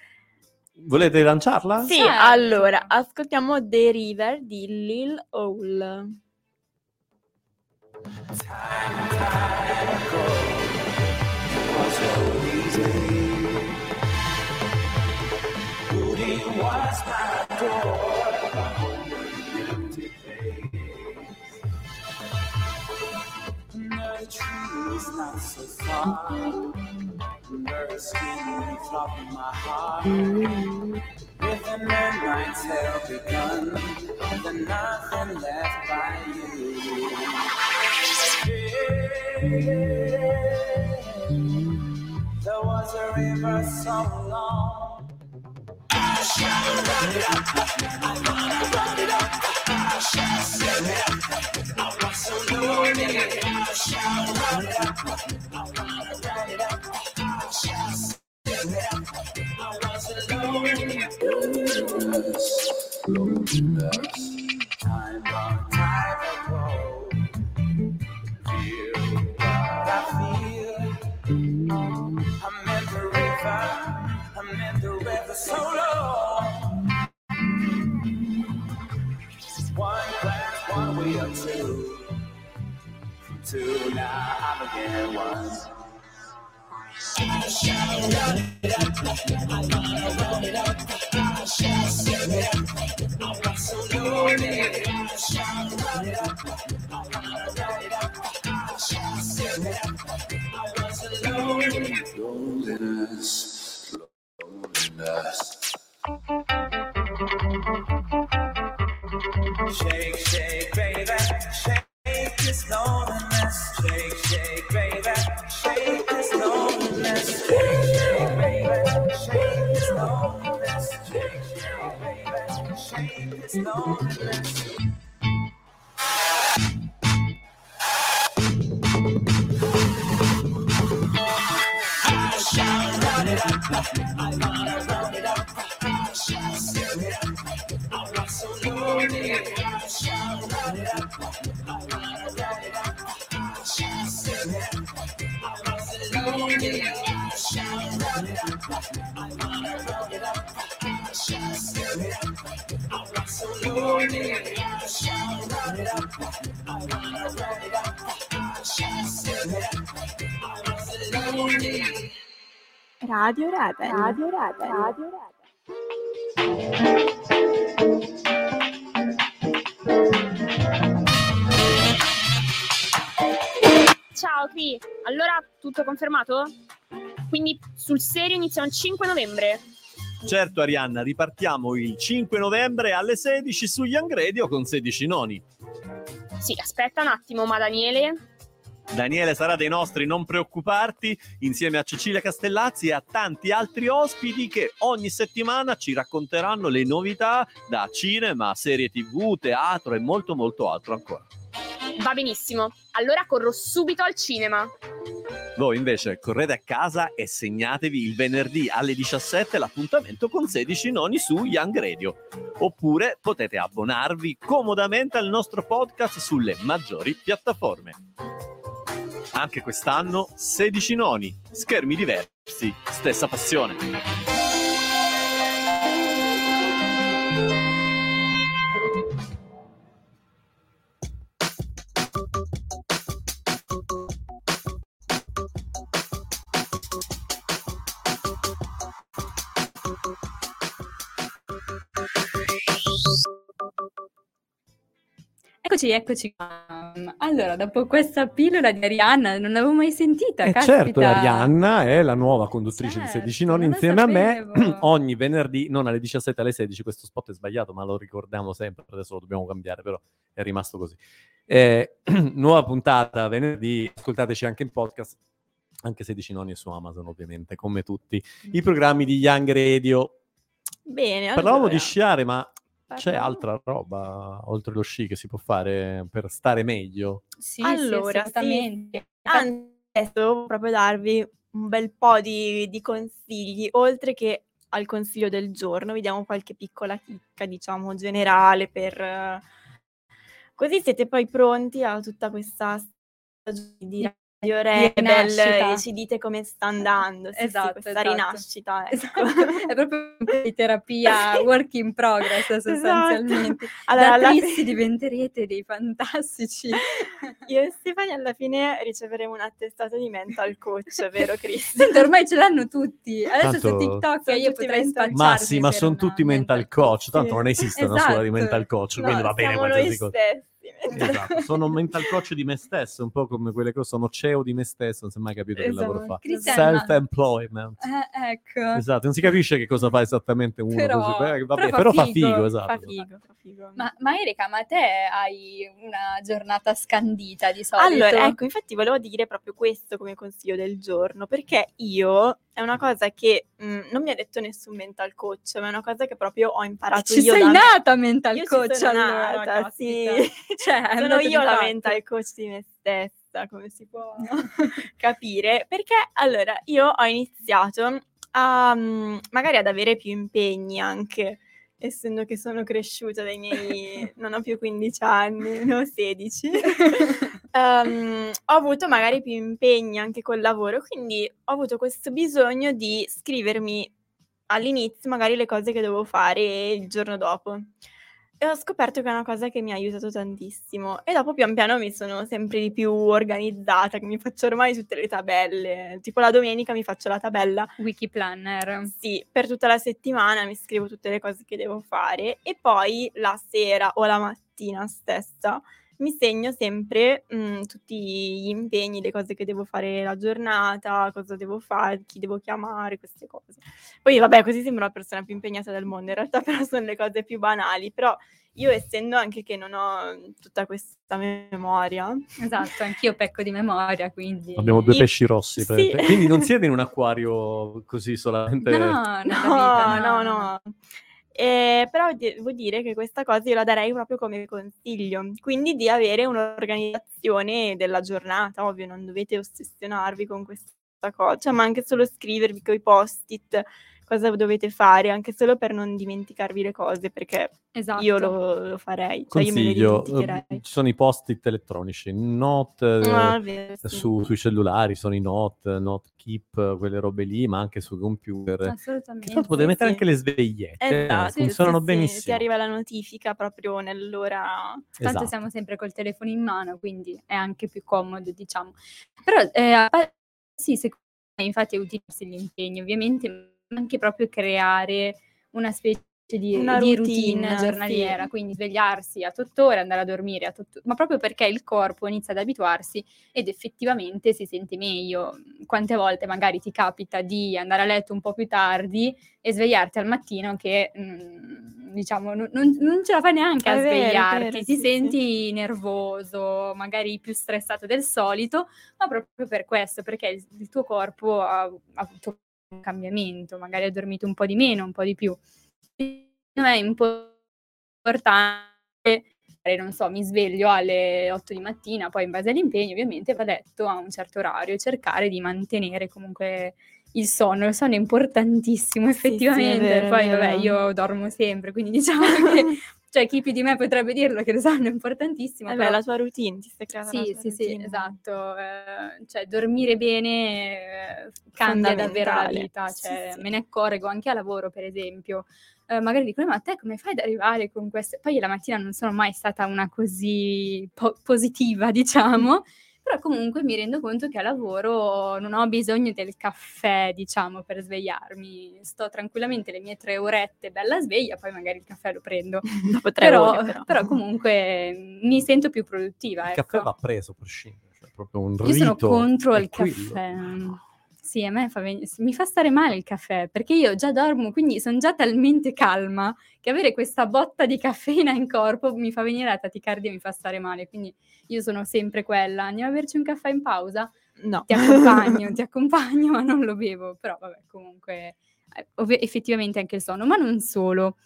S3: Volete lanciarla?
S1: Sì,
S2: Certo.
S1: allora, ascoltiamo The River di Lil Owl.
S5: The tree is not so far. Birds singing from my heart. With the midnight tale begun, the nothing left by you. There was a river so long. I shall run it up. I'm gonna run it up. I shall sing it. I was so lonely. I shall run it up. I'm gonna run it up. I shall sing it. I was alone.
S6: loneliness.
S5: Time long time ago, feel what I feel. I'm in the river, I'm in the river so long. One glass, one way or two. From two now I'm again one. I shall run it up, I wanna run it up, I shall sing it, I want so lonely. I shall run it up, I wanna run it up, I shall sing it, I want so lonely.
S6: Loneliness, loneliness.
S5: Shake, shake, baby, shake this loneliness. Shake, shake, baby, shake this loneliness. Shake, shake, baby, shake this loneliness. Shake, shake, baby, shake this loneliness. I shall run it up, I wanna run it up, I shall sing it up, I want so lonely. I shall run it up, I wanna run it up, I shall sing it up, I want so lonely. I shall run it up, I wanna run it up, I shall sing it up, I want so lonely. I shall run it up, I wanna run it up, I shall sing it up, I want so lonely.
S1: Radio Rebel. Radio Rebel. Radio Rebel.
S7: Ciao Cri, allora tutto confermato? Quindi sul serio iniziamo il cinque novembre?
S3: Certo Arianna, ripartiamo il cinque novembre alle sedici su Young Radio con sedici noni.
S7: Sì, aspetta un attimo, ma Daniele?
S3: Daniele sarà dei nostri, non preoccuparti, insieme a Cecilia Castellazzi e a tanti altri ospiti che ogni settimana ci racconteranno le novità da cinema, serie tv, teatro e molto molto altro ancora.
S7: Va benissimo, allora corro subito al cinema.
S3: Voi invece correte a casa e segnatevi il venerdì alle diciassette l'appuntamento con sedici noni su Young Radio. Oppure potete abbonarvi comodamente al nostro podcast sulle maggiori piattaforme. Anche quest'anno sedici noni, schermi diversi, stessa passione.
S2: Eccoci, eccoci qua. Allora, dopo questa pillola di Arianna, non l'avevo mai sentita,
S3: E
S2: caspita.
S3: certo, Arianna è la nuova conduttrice di
S2: Certo,
S3: sedici noni
S2: non lo
S3: insieme a me,
S2: sapevo.
S3: ogni venerdì, non alle diciassette, alle sedici, questo spot è sbagliato, ma lo ricordiamo sempre, adesso lo dobbiamo cambiare, però è rimasto così. Eh, nuova puntata venerdì, ascoltateci anche in podcast, anche sedici noni e su Amazon ovviamente, come tutti i programmi di Young Radio.
S1: Bene,
S3: Parlavamo
S1: allora,
S3: di sciare, ma c'è
S1: parliamo-
S3: altra roba oltre lo sci che si può fare per stare meglio?
S2: Sì,
S1: Allora,
S2: sì, assolutamente.
S1: Anzi, adesso devo proprio darvi un bel po' di, di consigli, oltre che al consiglio del giorno, vi diamo qualche piccola chicca, diciamo, generale, per eh, così siete poi pronti a tutta questa stagione di Radio Rebel
S2: rinascita.
S1: e ci dite come sta andando, sì, sì,
S2: Esatto,
S1: questa
S2: esatto.
S1: rinascita, ecco.
S2: Esatto. È proprio un po' di terapia work in progress sostanzialmente.
S1: Esatto. Allora,
S2: Da
S1: alla
S2: tristi
S1: fine-
S2: diventerete dei fantastici.
S1: Io e Stefani alla fine riceveremo un attestato di mental coach, vero Chris?
S2: Senti, ormai ce l'hanno tutti. Adesso
S3: Tanto-
S2: su TikTok
S1: Sono
S2: io
S1: tutti
S2: potrei
S1: mental-
S3: Ma
S2: spacciarmi
S3: sì, ma
S2: per
S3: sono
S2: una
S3: tutti mental coach, tanto
S1: Sì.
S3: non esiste una
S2: Esatto.
S3: scuola di mental coach,
S1: No,
S3: quindi va bene
S1: siamo noi
S3: qualsiasi cosa.
S1: stessi.
S3: Esatto, sono mental coach di me stesso, un po' come quelle cose, sono C E O di me stesso, non si è mai capito che
S1: Esatto.
S3: lavoro fa.
S2: Cristiana,
S3: Self-employment.
S2: eh, ecco.
S3: Esatto, non si capisce che cosa fa esattamente uno,
S2: Però-
S3: così, eh, vabbè,
S2: però fa
S3: però fa
S2: figo,
S3: figo, esatto.
S1: Fa figo, fa figo.
S2: Ma, ma Erika, ma te hai una giornata scandita di solito?
S1: Allora, ecco, infatti volevo dire proprio questo come consiglio del giorno, perché io è una cosa che mh, non mi ha detto nessun mental coach, ma è una cosa che proprio ho imparato
S2: Ci
S1: io
S2: sei
S1: da me.
S2: nata mental
S1: Io ci
S2: coach
S1: sono
S2: allora,
S1: nata,
S2: caspita.
S1: sì.
S2: Cioè, è
S1: Sono
S2: andato
S1: io
S2: di
S1: la
S2: fatto.
S1: mental coach di me stessa, come si può capire, perché allora io ho iniziato a mm, magari ad avere più impegni anche essendo che sono cresciuta dai miei non ho più quindici anni, ne ho sedici, ehm, ho avuto magari più impegni anche col lavoro, quindi ho avuto questo bisogno di scrivermi all'inizio magari le cose che dovevo fare il giorno dopo. E ho scoperto che è una cosa che mi ha aiutato tantissimo e dopo pian piano mi sono sempre di più organizzata, che mi faccio ormai tutte le tabelle, tipo la domenica mi faccio la tabella,
S2: Wiki Planner.
S1: sì, per tutta la settimana mi scrivo tutte le cose che devo fare e poi la sera o la mattina stessa mi segno sempre mh, tutti gli impegni, le cose che devo fare la giornata, cosa devo fare, chi devo chiamare, queste cose. Poi vabbè, così sembro la persona più impegnata del mondo, in realtà però sono le cose più banali, però io essendo anche che non ho tutta questa memoria.
S2: Esatto, anch'io pecco di memoria, quindi...
S3: Abbiamo due
S1: I-
S3: pesci rossi,
S1: sì.
S3: praticamente. Quindi non siete in un acquario così solamente...
S2: No, nella
S1: No,
S2: vita,
S1: no, no. Eh, però devo dire che questa cosa io la darei proprio come consiglio, quindi di avere un'organizzazione della giornata, ovvio, non dovete ossessionarvi con questa cosa, ma anche solo scrivervi coi post-it cosa dovete fare, anche solo per non dimenticarvi le cose, perché
S2: Esatto.
S1: io lo, lo farei, cioè io me le
S3: Consiglio,
S1: dimenticherei.
S3: eh, ci sono i post-it elettronici, Note eh,
S1: Ah, è vero, sì.
S3: su- sui cellulari, sono i Note, Note Keep, quelle robe lì, ma anche sui computer. Che
S2: Assolutamente.
S3: tanto potete
S1: sì,
S3: mettere
S1: sì.
S3: anche le svegliette, eh,
S1: Esatto,
S3: funzionano
S1: sì, sì, ti
S3: benissimo.
S1: arriva la notifica proprio nell'ora.
S2: Tanto
S3: Esatto.
S2: siamo sempre col telefono in mano, quindi è anche più comodo, diciamo. Però eh, a pa- sì, secondo me infatti è utilizzarsi l'impegno, ovviamente, ma anche proprio creare una specie di,
S1: Una
S2: di
S1: routine,
S2: routine giornaliera,
S1: sì.
S2: quindi svegliarsi a otto ore, andare a dormire a otto, ma proprio perché il corpo inizia ad abituarsi ed effettivamente si sente meglio. Quante volte magari ti capita di andare a letto un po' più tardi e svegliarti al mattino che mm, diciamo non, non- non ce la fai neanche a
S1: È vero, è
S2: svegliarti,
S1: vero,
S2: ti
S1: sì,
S2: senti nervoso, magari più stressato del solito, ma proprio per questo, perché il, il tuo corpo ha, ha avuto un cambiamento, magari hai dormito un po' di meno, un po' di più. Secondo me è importante, magari, non so, mi sveglio alle otto di mattina, poi in base all'impegno ovviamente va letto a un certo orario e cercare di mantenere comunque il sonno. Il sonno è importantissimo
S1: Sì, sì, è
S2: effettivamente,
S1: vero, è
S2: poi vabbè
S1: vero.
S2: io dormo sempre, quindi diciamo che cioè chi più di me potrebbe dirlo che il sonno è importantissimo,
S1: Vabbè,
S2: però
S1: la tua routine, ti stai creando la
S2: sì,
S1: tua
S2: sì, sì,
S1: routine.
S2: esatto. eh, cioè dormire bene eh, cambia davvero la
S1: Fondamentale.
S2: vita,
S1: Sì,
S2: cioè
S1: sì.
S2: me ne accorgo anche a lavoro, per esempio. Eh, magari dicono, ma te come fai ad arrivare con queste... Poi io la mattina non sono mai stata una così po- positiva, diciamo, però comunque mi rendo conto che a lavoro non ho bisogno del caffè, diciamo, per svegliarmi. Sto tranquillamente le mie tre orette bella sveglia, poi magari il caffè lo prendo.
S1: Dopo tre
S2: Però,
S1: ore, però.
S2: però comunque mi sento più produttiva,
S3: Il
S2: ecco.
S3: caffè va preso a prescindere, cioè proprio un
S2: Io sono
S3: rito
S2: contro
S3: è
S2: il
S3: quello.
S2: caffè. Sì, a me fa ven- mi fa stare male il caffè, perché io già dormo, quindi sono già talmente calma che avere questa botta di caffeina in corpo mi fa venire la tachicardia e mi fa stare male. Quindi io sono sempre quella. Andiamo a berci un caffè in pausa?
S1: No.
S2: Ti accompagno, ti accompagno, ma non lo bevo. Però vabbè, comunque, eh, ovvi- effettivamente anche il sonno, ma non solo.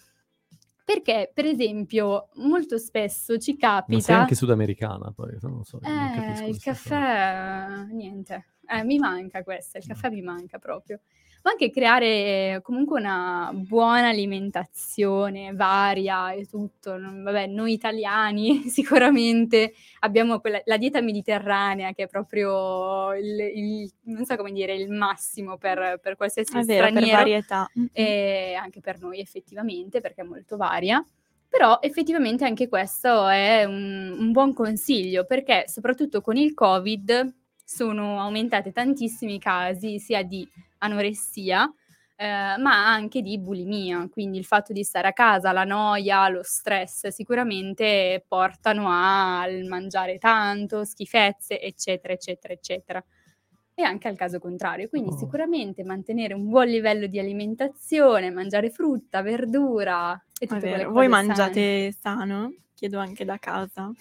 S2: Perché, per esempio, molto spesso ci
S3: Ma sei
S2: capita...
S3: anche sudamericana, poi non lo so, non
S2: Eh,
S3: capisco
S2: il
S3: questa cosa.
S2: caffè, eh, niente, eh, mi manca questo, il caffè mi manca proprio. Ma anche creare comunque una buona alimentazione, varia e tutto. non- Vabbè, noi italiani sicuramente abbiamo quella, la dieta mediterranea che è proprio il, il- non so come dire, il massimo per, per qualsiasi
S1: È vero, per
S2: straniero
S1: varietà. Mm, mm.
S2: e anche per noi effettivamente perché è molto varia. Però effettivamente anche questo è un, un buon consiglio perché soprattutto con il Covid sono aumentate tantissimi casi sia di anoressia eh, ma anche di bulimia, quindi il fatto di stare a casa, la noia, lo stress sicuramente portano al mangiare tanto, schifezze, eccetera, eccetera, eccetera. E anche al caso contrario, quindi
S3: Oh.
S2: sicuramente mantenere un buon livello di alimentazione, mangiare frutta, verdura e
S1: È
S2: tutte quelle
S1: vero.
S2: cose
S1: Voi
S2: sane.
S1: mangiate sano? Chiedo anche da casa.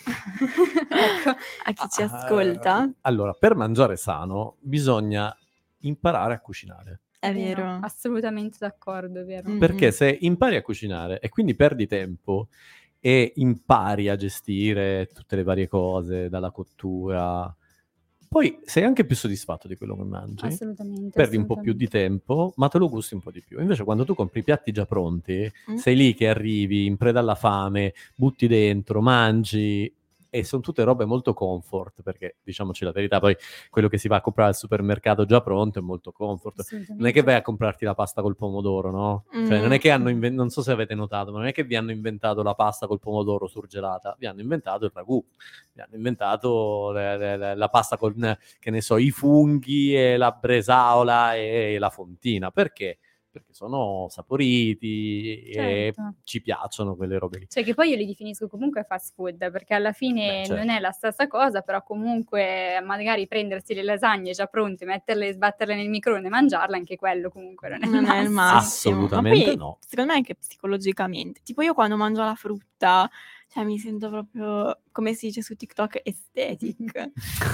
S2: Ecco.
S1: A chi ci
S3: Ah,
S1: ascolta.
S3: Allora, per mangiare sano bisogna imparare a cucinare.
S1: È vero.
S2: Assolutamente d'accordo, è vero.
S1: Mm.
S3: Perché
S1: Mm-mm.
S3: se impari a cucinare e quindi perdi tempo e impari a gestire tutte le varie cose, dalla cottura, Poi sei anche più soddisfatto di quello che mangi,
S2: Assolutamente.
S3: perdi un po' più di
S2: assolutamente.
S3: tempo, ma te lo gusti un po' di più. Invece quando tu compri i piatti già pronti,
S1: Mm.
S3: sei lì che arrivi in preda alla fame, butti dentro, mangi, e sono tutte robe molto comfort, perché diciamoci la verità, poi quello che si va a comprare al supermercato già pronto è molto comfort. Non è che
S2: Assolutamente.
S3: vai a comprarti la pasta col pomodoro, no? Cioè non è
S1: Mm.
S3: che hanno inventato, non so se avete notato, ma non è che vi hanno inventato la pasta col pomodoro surgelata, vi hanno inventato il ragù, vi hanno inventato le- le- le- la pasta con, che ne so, i funghi e la bresaola e la fontina. Perché? Perché sono saporiti e
S2: Certo.
S3: ci piacciono quelle robe lì.
S2: Cioè che poi io li definisco comunque fast food, perché alla
S3: Beh,
S2: fine
S3: certo.
S2: non è la stessa cosa, però comunque magari prendersi le lasagne già pronte, metterle, sbatterle nel microonde e mangiarle, anche quello comunque non è il
S1: Non è il
S2: massimo.
S1: massimo. Ma
S3: Assolutamente
S1: poi,
S3: no.
S1: secondo me anche psicologicamente. Tipo io quando mangio la frutta, cioè mi sento proprio, come si dice su TikTok, aesthetic.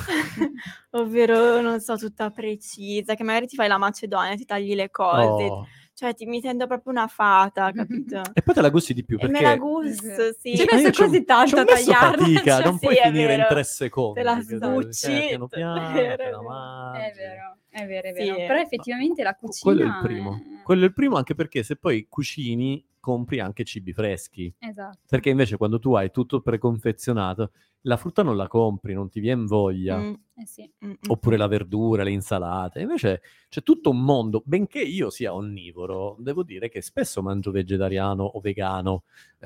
S1: Ovvero, non so, tutta precisa, che magari ti fai la macedonia, ti tagli le cose.
S3: Oh.
S1: Cioè ti, mi sento proprio una fata, capito?
S3: E poi te la gusti di più
S1: E me la
S3: perché
S1: gusto, sì.
S2: Ci hai
S3: Ma io
S2: messo
S3: c'ho-
S2: così tanto
S3: ci ho
S2: a
S3: messo
S2: tagliarla.
S3: fatica,
S2: cioè,
S3: non
S1: sì,
S3: puoi
S1: è
S3: finire in
S1: vero.
S3: tre secondi.
S1: Te la
S3: che-
S1: sbucci,
S3: cioè, piano
S1: è
S3: piano,
S1: vero,
S3: te
S1: è
S3: la
S1: vero.
S3: mangi.
S2: È vero, è vero, è
S1: Sì.
S2: vero. Però effettivamente la
S3: Qu-
S2: cucina
S3: Quello è il primo.
S2: è-
S3: Quello è il primo anche perché se poi cucini compri anche cibi freschi.
S2: Esatto.
S3: Perché invece quando tu hai tutto preconfezionato, la frutta non la compri, non ti viene voglia.
S1: Mm,
S2: Eh sì.
S1: mm, mm,
S3: Oppure
S1: mm.
S3: la verdura, le insalate. Invece c'è tutto un mondo, benché io sia onnivoro, devo dire che spesso mangio vegetariano o vegano,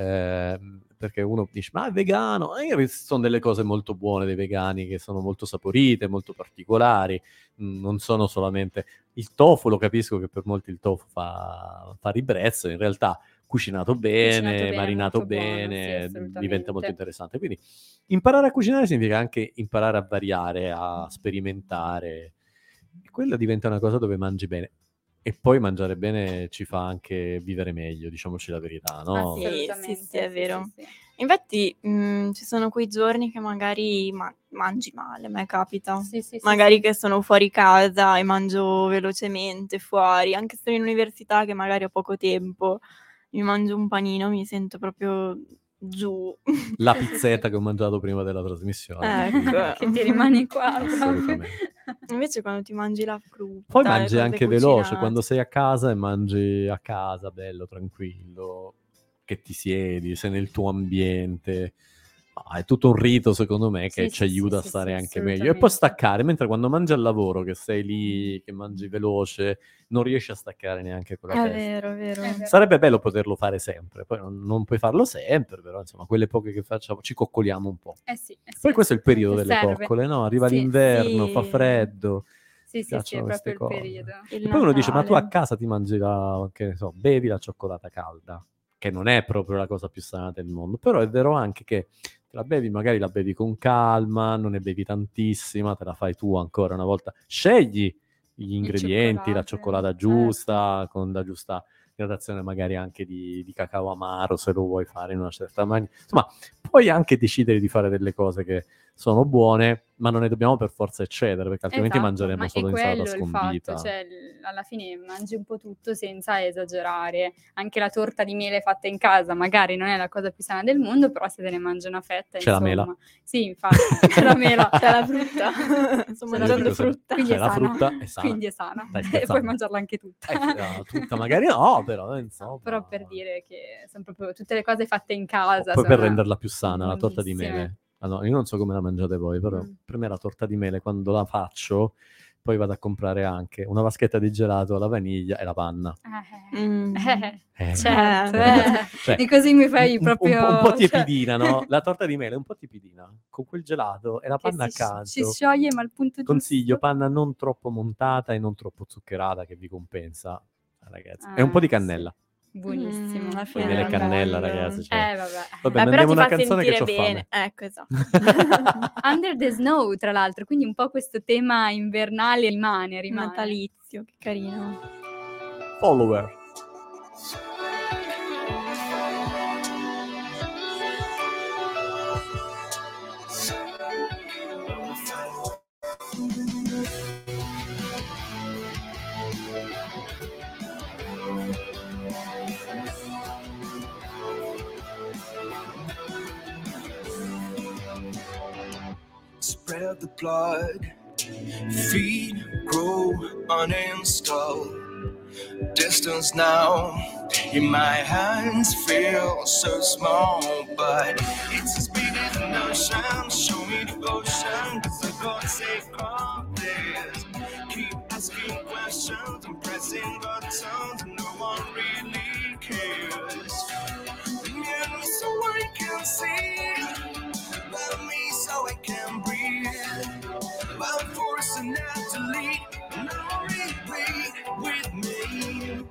S3: ehm, perché uno dice, ma è vegano? E io- sono delle cose molto buone dei vegani, che sono molto saporite, molto particolari, mm, non sono solamente... Il tofu, lo capisco che per molti il tofu fa, fa ribrezzo, in realtà cucinato bene,
S2: Cucinato bene,
S3: marinato
S2: molto buono, sì,
S3: bene,
S2: assolutamente.
S3: diventa molto interessante. Quindi imparare a cucinare significa anche imparare a variare, a sperimentare. E quella diventa una cosa dove mangi bene. E poi mangiare bene ci fa anche vivere meglio, diciamoci la verità, no?
S1: Sì,
S2: Assolutamente.
S1: sì, sì, è vero.
S2: sì, sì.
S1: Infatti, mh, ci sono quei giorni che magari ma- mangi male, a me capita.
S2: Sì, sì, sì,
S1: Magari
S2: sì.
S1: che sono fuori casa e mangio velocemente fuori, anche se sono in università che magari ho poco tempo, mi mangio un panino, mi sento proprio giù.
S3: La
S2: Sì, sì,
S3: pizzetta
S2: sì.
S3: che ho mangiato prima della trasmissione.
S1: Ecco.
S2: Che ti rimane qua proprio.
S3: Assolutamente.
S1: Invece quando ti mangi la frutta,
S3: Poi
S1: le
S3: mangi
S1: cose
S3: anche veloce,
S1: cucinate.
S3: quando sei a casa e mangi a casa, bello, tranquillo, che ti siedi, sei nel tuo ambiente. Ah, è tutto un rito, secondo me, che
S2: Sì,
S3: ci
S2: sì,
S3: aiuta
S2: sì,
S3: a
S2: sì,
S3: stare
S2: sì,
S3: anche meglio. E poi
S2: assolutamente.
S3: staccare, mentre quando mangi al lavoro, che sei lì, che mangi veloce, non riesci a staccare neanche con la
S1: È
S3: testa.
S1: vero, è vero.
S2: È vero.
S3: Sarebbe bello poterlo fare sempre, poi non, non puoi farlo sempre, però insomma, quelle poche che facciamo ci coccoliamo un po'.
S2: Eh sì, eh sì,
S3: Poi questo è il periodo
S2: assolutamente
S3: delle
S2: serve.
S3: coccole, no? Arriva
S2: Sì,
S3: l'inverno,
S1: sì.
S3: fa freddo,
S2: Sì,
S3: mi
S2: sì, sì, è
S3: piacciono queste
S2: proprio il
S3: cose.
S2: periodo.
S1: Il
S3: E poi uno dice, ma tu a
S1: Natale.
S3: casa ti mangi la, che ne so, bevi la cioccolata calda, che non è proprio la cosa più sana del mondo, però è vero anche che te la bevi, magari la bevi con calma, non ne bevi tantissima, te la fai tu ancora una volta, scegli gli ingredienti, la
S2: cioccolato,
S3: cioccolata giusta, con la giusta gradazione magari anche di, di cacao amaro, se lo vuoi fare in una certa maniera. Insomma, puoi anche decidere di fare delle cose che sono buone, ma non ne dobbiamo per forza eccedere, perché altrimenti
S2: Esatto,
S3: mangeremo
S2: ma è
S3: solo insalata
S2: quello il
S3: scondita.
S2: fatto, cioè l- alla fine mangi un po' tutto senza esagerare. Anche la torta di mele fatta in casa magari non è la cosa più sana del mondo, però se te ne mangi una fetta,
S3: C'è la
S2: insomma.
S3: mela.
S2: Sì, infatti, c'è la mela.
S1: C'è la frutta. Sto
S2: C'è la
S1: mangiando
S3: frutta.
S1: frutta.
S2: Quindi
S3: C'è
S2: è
S3: la
S2: sana.
S3: frutta, è sana.
S2: Quindi è sana.
S3: Stai
S2: E
S3: scherzando?
S2: puoi mangiarla anche tutta.
S3: Eh, no, tutta magari no, però insomma.
S2: Però per dire che sono proprio tutte le cose fatte in casa.
S3: Poi per
S2: sono
S3: renderla più sana, la torta di
S2: buonissime.
S3: mele. Ah, no, io non so come la mangiate voi, però
S2: Mm.
S3: per me la torta di mele, quando la faccio, poi vado a comprare anche una vaschetta di gelato alla vaniglia e la panna.
S2: Eh,
S1: Mm.
S2: eh,
S3: Eh,
S2: certo,
S1: Eh.
S2: eh.
S3: Cioè,
S2: E così mi fai
S3: un- un-
S2: proprio...
S3: Un, po'
S2: cioè,
S3: tiepidina, no? La torta di mele è un po' tiepidina, con quel gelato e la
S2: che
S3: panna
S2: si,
S3: accanto.
S2: si scioglie ma al punto
S3: Consiglio,
S2: giusto.
S3: panna non troppo montata e non troppo zuccherata, che vi compensa, ragazzi. E un po' di
S2: Ah,
S3: cannella.
S2: sì. Buonissimo.
S1: Mm, alla
S3: Poi
S1: fine
S3: mele e
S1: del
S3: cannella,
S1: mondo.
S3: ragazzi. Cioè.
S2: Eh, vabbè.
S3: Vabbè,
S1: Eh, però
S3: mandiamo
S1: ti
S3: una
S1: fa
S3: canzone che
S1: sentire
S3: c'ho
S1: bene.
S3: fame.
S1: Ecco, esatto.
S2: Under the Snow, tra l'altro, quindi un po' questo tema invernale rimane, rimane.
S1: Natalizio, che carino.
S3: Follower.
S5: Spread the blood, Feet grow, uninstall. Distance now, in my hands feel so small, but it's as big as an ocean. Show me devotion, cause I got safe confidence. Keep asking questions and pressing buttons, and no one really cares. Bring me so I can see, love me so I can breathe. I'm forcing out to lead, no replay with me.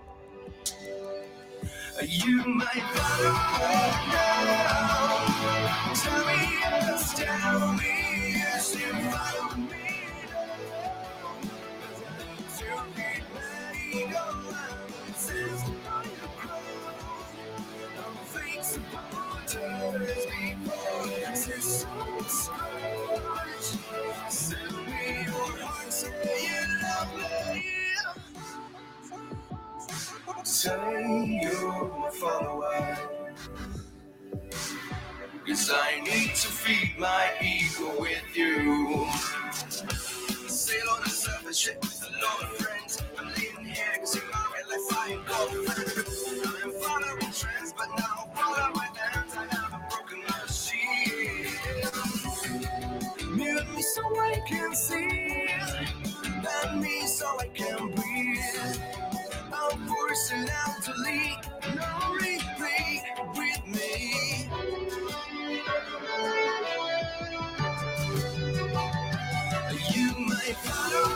S5: You might follow now. Tell me yes, tell me yes, you follow me now. To be ready, go out. This is the night of crown. I'm fake supporters before this is so much. Send me your heart, say you love me. Say you're my follower, cause I need to feed my ego with you. Sail on a surface ship with a lot of friends. I'm leaving here cause you're my real life flying girlfriend. I'm following trends, but now follow my hands. I have a broken machine. Mute me so I can see, bend me so I can breathe. I'm forcing out to lead, no replay with me. You might follow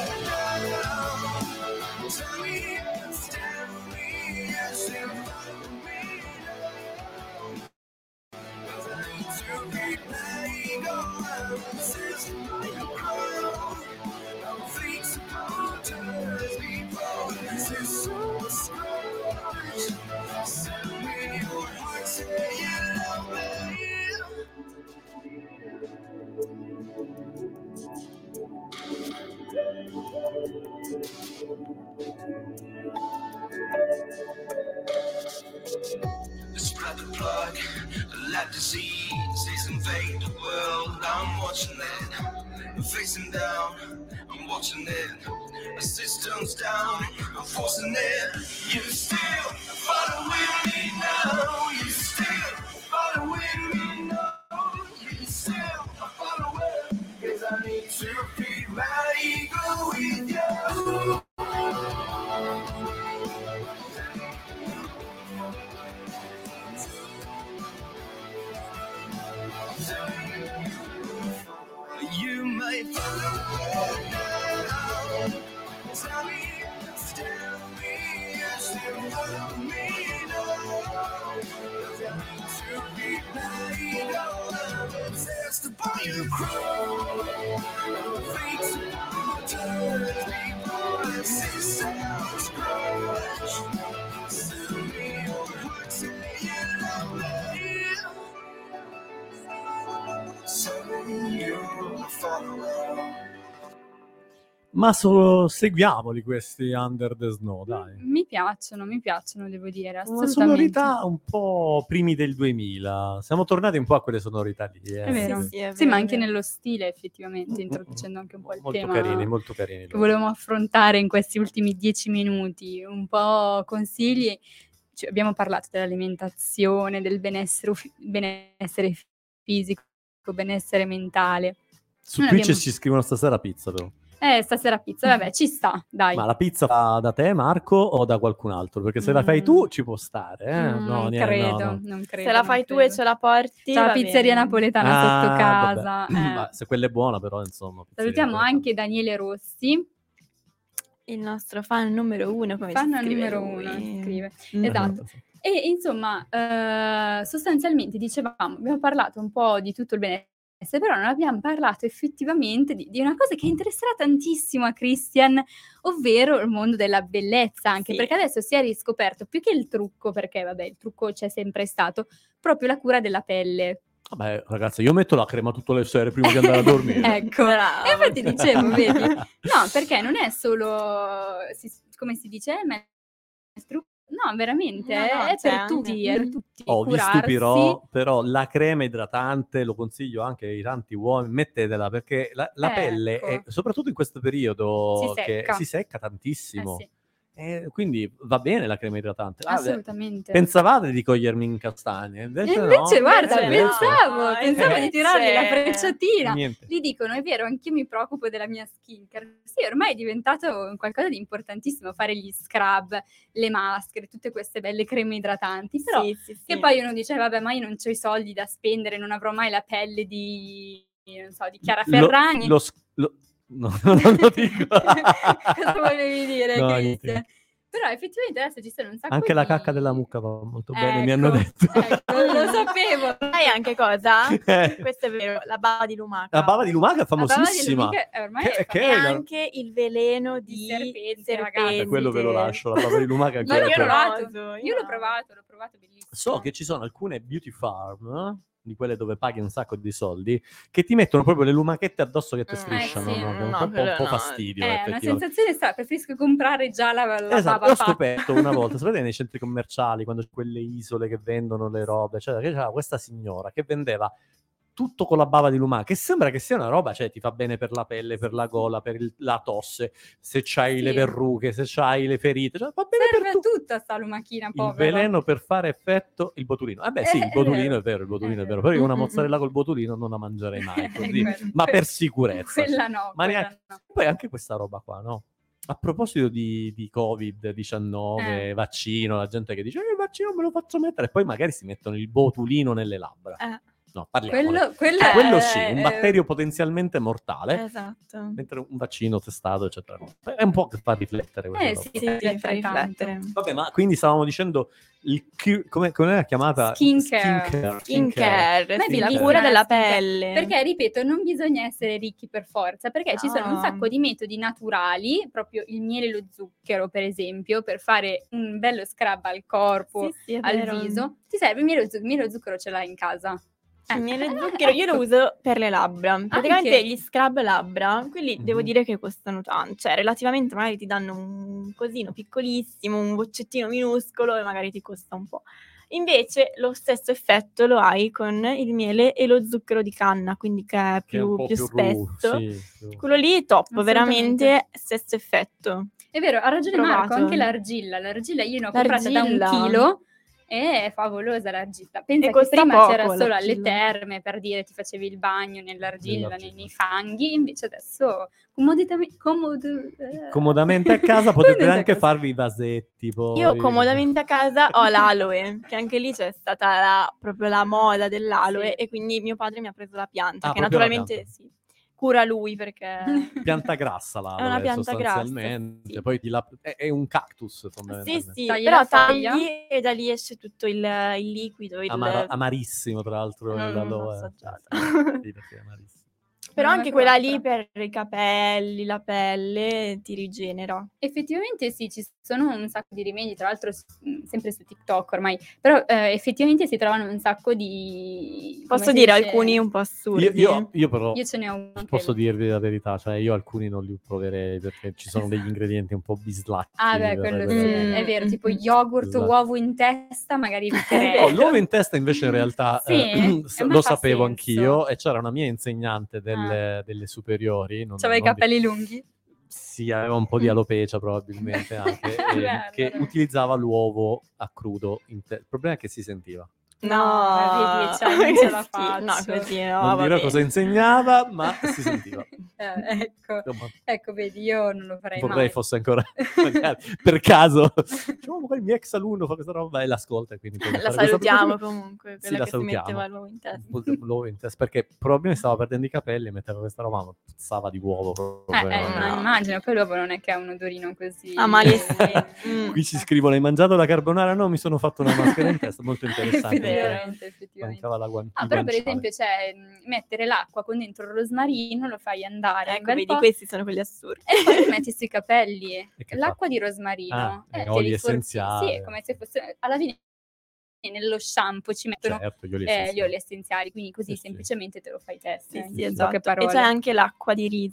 S5: now. Tell me yes, tell me yes, you follow me now. Cause I need to be playing on. This is my crown. I'm fake supporters before this is so much. Send me your heart, say you love me. Spread the plug, let disease is invade the world. I'm watching it, facing down. I'm watching it, the system's down. I'm forcing it. You still following me now. You still following me now. You still following, cause I need to feed my ego with you. You might follow now. Tell me yes, tell me yes, you follow me now. Cause I need to be playing on. It's the boy you crow. Fake supporters before the systems crash. Send me your heart, say you love me.
S3: Ma solo seguiamoli questi Under the Snow, dai.
S2: Mi piacciono, mi piacciono, devo dire,
S3: Una
S2: assolutamente.
S3: sonorità un po' primi del duemila. Siamo tornati un po' a quelle sonorità lì. Eh.
S2: È vero.
S1: Sì, sì, è
S2: Sì, ma
S1: vero,
S2: anche
S1: è vero.
S2: nello stile, effettivamente, introducendo anche un po' il
S3: Molto
S2: tema
S3: carini, molto carini.
S2: che volevamo affrontare in questi ultimi dieci minuti. Un po' consigli. Cioè, abbiamo parlato dell'alimentazione, del benessere, uf- benessere fisico, benessere mentale.
S3: Su
S2: Noi
S3: Twitch
S2: abbiamo-
S3: ci scrivono stasera pizza, però.
S2: Eh, stasera pizza, vabbè, ci sta, dai.
S3: Ma la pizza fa da te, Marco, o da qualcun altro? Perché se la fai
S1: Mm.
S3: tu ci può stare, eh?
S2: Mm,
S3: No,
S2: non
S3: niente,
S2: credo,
S3: no, no.
S2: non credo.
S1: Se la
S2: non
S1: fai tu
S2: credo.
S1: e ce la porti,
S2: C'è la
S1: va
S2: pizzeria
S1: bene.
S2: napoletana
S3: Ah,
S2: sotto
S3: vabbè.
S2: casa. eh.
S3: Ma se quella è buona, però, insomma. pizzeria
S2: Salutiamo
S3: napoletana.
S2: anche Daniele Rossi,
S1: Il nostro fan numero uno, come
S2: fan
S1: si scrive
S2: numero
S1: lui.
S2: uno, scrive.
S1: Mm.
S2: Esatto. E insomma, eh, sostanzialmente dicevamo, abbiamo parlato un po' di tutto il benessere, però non abbiamo parlato effettivamente di, di una cosa che interesserà tantissimo a Christian, ovvero il mondo della bellezza, anche
S1: Sì.
S2: perché adesso si è riscoperto più che il trucco, perché vabbè, il trucco c'è sempre stato, proprio la cura della pelle.
S3: Vabbè, ragazzi, io metto la crema tutte le sere prima di andare a dormire.
S2: Ecco,
S1: Bravo.
S2: e infatti dicevo, vedi? No, perché non è solo, si- come si dice, menstruo, No, veramente,
S1: No, no,
S2: è, è
S1: cioè,
S2: per
S1: anche-
S2: tutti, è per
S1: Mm.
S2: tutti.
S3: Oh, vi
S2: curarsi.
S3: stupirò, però la crema idratante lo consiglio anche ai tanti uomini, mettetela perché la, la
S2: Eh,
S3: pelle,
S2: ecco.
S3: è, soprattutto in questo periodo,
S2: Si
S3: che
S2: secca.
S3: si secca
S2: Eh
S3: tantissimo.
S2: sì,
S3: E quindi va bene la crema idratante. Ah, beh,
S2: assolutamente.
S3: pensavate di cogliermi in castagne, invece,
S2: E invece,
S3: no.
S2: guarda,
S1: Invece
S3: Invece-
S1: no,
S2: pensavo, pensavo di
S1: invece-
S2: tirargli la frecciatina.
S3: Niente.
S2: Gli dicono, è vero, anch'io mi preoccupo della mia skincare. Sì, ormai è diventato qualcosa di importantissimo fare gli scrub, le maschere, tutte queste belle creme idratanti. Però
S1: Sì, sì,
S2: che
S1: sì.
S2: poi uno dice, vabbè, ma io non ho i soldi da spendere, non avrò mai la pelle di, non so, di Chiara
S3: Lo-
S2: Ferragni.
S3: lo s- lo- no, non lo dico.
S2: Cosa volevi dire,
S3: No,
S2: Cristian?
S3: niente.
S2: Però effettivamente adesso ci sono un sacco
S3: Anche la
S2: di-
S3: cacca della mucca va molto bene, mi hanno
S2: Ecco,
S3: detto.
S2: ecco, lo sapevo.
S1: Sai anche cosa?
S3: Eh.
S1: Questo è vero, la bava di lumaca.
S3: La bava di lumaca è
S2: La bava di
S3: famosissima.
S2: lumaca è ormai
S3: Che-
S2: è
S3: che
S1: E
S3: è la-
S1: anche il veleno
S2: Di
S1: di
S2: serpente,
S1: serpente.
S2: ragazzi.
S3: Eh, quello ve lo lascio, la bava di lumaca è
S2: No,
S3: ancora
S2: io
S3: più-
S2: l'ho provato,
S1: Io
S2: io l'ho
S1: no.
S2: provato, l'ho provato, bellissimo.
S3: So che ci sono alcune beauty farm, eh, di quelle dove paghi un sacco di soldi, che ti mettono proprio le lumachette addosso che ti
S1: Mm,
S3: strisciano,
S2: eh sì.
S3: no? Che è un
S1: No,
S3: po', un po'-
S1: quello
S3: un po'
S1: no.
S3: fastidio,
S2: È una
S3: effettivamente.
S2: sensazione strana, preferisco comprare già la, la
S3: Esatto,
S2: bava
S3: ho
S2: fatta.
S3: scoperto una volta, sapete nei centri commerciali, quando c'è quelle isole che vendono le robe, cioè che c'era questa signora che vendeva tutto con la bava di lumaca, che sembra che sia una roba, cioè ti fa bene per la pelle, per la gola, per il- la tosse, se c'hai
S2: Sì.
S3: le verrughe, se c'hai le ferite, cioè va bene
S2: Serve
S3: per
S2: a
S3: tutto.
S2: tutta sta lumachina
S3: Il
S2: povera.
S3: veleno per fare effetto, il botulino. Eh beh sì,
S2: Eh,
S3: il
S2: è
S3: botulino
S2: vero.
S3: è vero, il botulino
S2: È
S3: è vero,
S2: vero.
S3: però io una
S1: Mm, mm,
S3: mozzarella col botulino non la mangerei mai,
S2: Eh,
S3: così,
S2: quello-
S3: ma
S2: que-
S3: per sicurezza.
S2: Quella no,
S3: Ma
S2: quella
S3: neanche-
S2: no.
S3: Poi anche questa roba qua, no? A proposito di, di covid diciannove,
S2: Eh.
S3: vaccino, la gente che dice eh, il vaccino me lo faccio mettere, e poi magari si mettono il botulino nelle labbra.
S1: Eh,
S3: No, parliamo.
S2: Quello, quello,
S3: Cioè, quello
S2: è-
S3: sì, un
S2: è-
S3: batterio potenzialmente mortale,
S1: esatto.
S3: mentre un vaccino testato, eccetera. È un po' che fa riflettere questa
S2: Eh
S3: roba.
S2: sì,
S1: Sì,
S2: fa
S1: ti fa
S2: riflettere tanto.
S1: riflettere.
S3: Vabbè, ma quindi stavamo dicendo il cu- come, come era chiamata?
S2: Skincare.
S3: Skincare.
S1: Skincare,
S2: Ma è
S1: sì, la
S2: bellissima
S1: cura
S2: la
S1: della
S2: skincare,
S1: pelle.
S2: Perché, ripeto, non bisogna essere ricchi per forza, perché ci sono un
S1: No.
S2: sacco di metodi naturali, proprio il miele e lo zucchero, per esempio, per fare un bello scrub al corpo,
S1: Sì, sì, è
S2: al
S1: vero.
S2: viso. Ti serve il miele e lo zucchero, il miele e lo zucchero ce l'hai in casa.
S1: Il
S2: Eh.
S1: miele e zucchero io lo uso per le labbra. Praticamente
S2: Anche?
S1: gli scrub labbra, quelli devo
S3: Mhm.
S1: dire che costano tanto, cioè relativamente magari ti danno un cosino piccolissimo, un boccettino minuscolo e magari ti costa un po'. Invece lo stesso effetto lo hai con il miele e lo zucchero di canna, quindi che è
S3: Che è un
S1: più,
S3: po'
S1: più
S3: più
S1: spesso.
S3: ru- sì, più-
S1: Quello lì è top,
S2: Assolutamente.
S1: veramente stesso effetto.
S2: È vero, ha ragione
S1: Provato.
S2: Marco, anche l'argilla. L'argilla io ne ho comprata da un
S1: L'argilla.
S2: chilo e è favolosa l'argilla. Pensa
S1: E
S2: che
S1: costa
S2: prima
S1: poco
S2: c'era solo alle
S1: l'argilla.
S2: terme, per dire, ti facevi il bagno nell'argilla, nei,
S3: Nell'argilla.
S2: nei fanghi, invece adesso comoditamente, comodo, eh.
S3: Comodamente a casa potete
S2: Comodamente a
S3: anche
S2: casa.
S3: farvi i vasetti. Poi.
S1: Io comodamente a casa ho l'aloe, che anche lì c'è stata la- proprio la moda dell'aloe
S2: Sì.
S1: e quindi mio padre mi ha preso la pianta,
S3: Ah,
S1: che
S3: proprio la
S1: naturalmente
S3: pianta.
S1: sì, cura lui perché...
S3: Pianta grassa là,
S1: È una pianta grassa,
S3: sostanzialmente.
S1: sì.
S3: Poi ti la- è, è un cactus
S1: Sì,
S3: fondamentalmente.
S1: sì,
S2: Tagli
S1: però
S2: la foglia.
S1: tagli e da lì esce tutto il, il liquido, il...
S3: Amara- amarissimo tra l'altro
S1: Non- non l'ho
S3: l'aloe.
S1: assaggiata.
S3: Sì, perché è amarissimo.
S1: Però
S2: Non
S1: anche
S2: l'ho
S1: quella
S2: provata.
S1: lì per i capelli, la pelle, ti rigenera.
S2: Effettivamente sì, ci sono un sacco di rimedi, tra l'altro s- mh, sempre su TikTok ormai, però eh, effettivamente si trovano un sacco di... come
S1: Posso
S2: si
S1: dire
S2: dice?
S1: alcuni un po' assurdi.
S3: Io, io- io però
S2: Io ce ne ho uno anche
S3: posso
S2: lì.
S3: dirvi la verità, cioè io alcuni non li proverei perché ci sono degli ingredienti un po' bislacchi.
S2: Ah beh, quello sì,
S3: verrebbero-
S2: è vero, tipo
S1: Mm.
S2: yogurt,
S3: Esatto.
S2: uovo in testa, magari eviterei.
S3: Oh, l'uovo in testa invece in realtà
S2: Sì?
S3: eh,
S2: Eh, ma
S3: lo
S2: fa
S3: sapevo
S2: senso.
S3: anch'io e c'era una mia insegnante delle, delle superiori, non,
S2: C'aveva i
S3: non di-
S2: capelli lunghi?
S3: sì, aveva un po' di alopecia probabilmente anche, e-
S2: Beh,
S3: che
S2: allora.
S3: utilizzava l'uovo a crudo. In te- Il problema è che si sentiva.
S1: No,
S2: ma vedi, cioè, non ce la
S1: che schifo. No,
S2: faccio.
S1: così no,
S3: non
S1: va
S3: dirò
S1: bene.
S3: cosa insegnava, ma si sentiva.
S2: Eh, ecco,
S3: Insomma,
S2: ecco, vedi, io non lo farei
S3: vorrei
S2: mai.
S3: fosse ancora magari, per caso diciamo, magari il mio ex alunno fa questa roba e l'ascolta e quindi può
S1: La
S3: fare questa
S1: salutiamo
S3: procedura.
S1: comunque,
S3: Sì,
S1: quella
S3: la
S1: che
S3: salutiamo.
S1: si metteva l'uovo in testa.
S3: L'uovo in testa, perché probabilmente stava perdendo i capelli e metteva questa roba ma puzzava di uovo
S2: Eh,
S3: proprio.
S2: eh,
S1: no.
S2: ma immagino, poi l'uovo non è che ha un odorino così...
S1: Ah, malissimo. Mm.
S3: Qui ci scrivono: hai mangiato la carbonara? No, mi sono fatto una maschera in testa. Molto interessante. perché
S2: Effettivamente, effettivamente.
S3: mancava la guan-
S2: Ah,
S3: il
S2: però per
S3: guanciale.
S2: esempio c'è mh, mettere l'acqua con dentro il rosmarino, lo fai andare un
S1: Ecco,
S2: bel
S1: vedi,
S2: po'
S1: questi sono quelli assurdi.
S2: e poi lo metti sui capelli.
S3: E che
S2: L'acqua
S3: fa?
S2: di rosmarino.
S3: Ah,
S2: eh,
S3: eh,
S2: te
S3: oli
S2: li forzi-
S3: essenziali.
S2: Sì, è come se fosse... Alla fine nello shampoo ci mettono
S3: Certo, gli oli
S2: eh,
S3: essenziali.
S2: gli oli essenziali, quindi così
S3: Sì, sì.
S2: semplicemente te lo fai testa.
S1: Sì,
S2: in
S1: sì,
S2: poche
S1: esatto. E
S2: parole.
S1: c'è anche l'acqua di riso.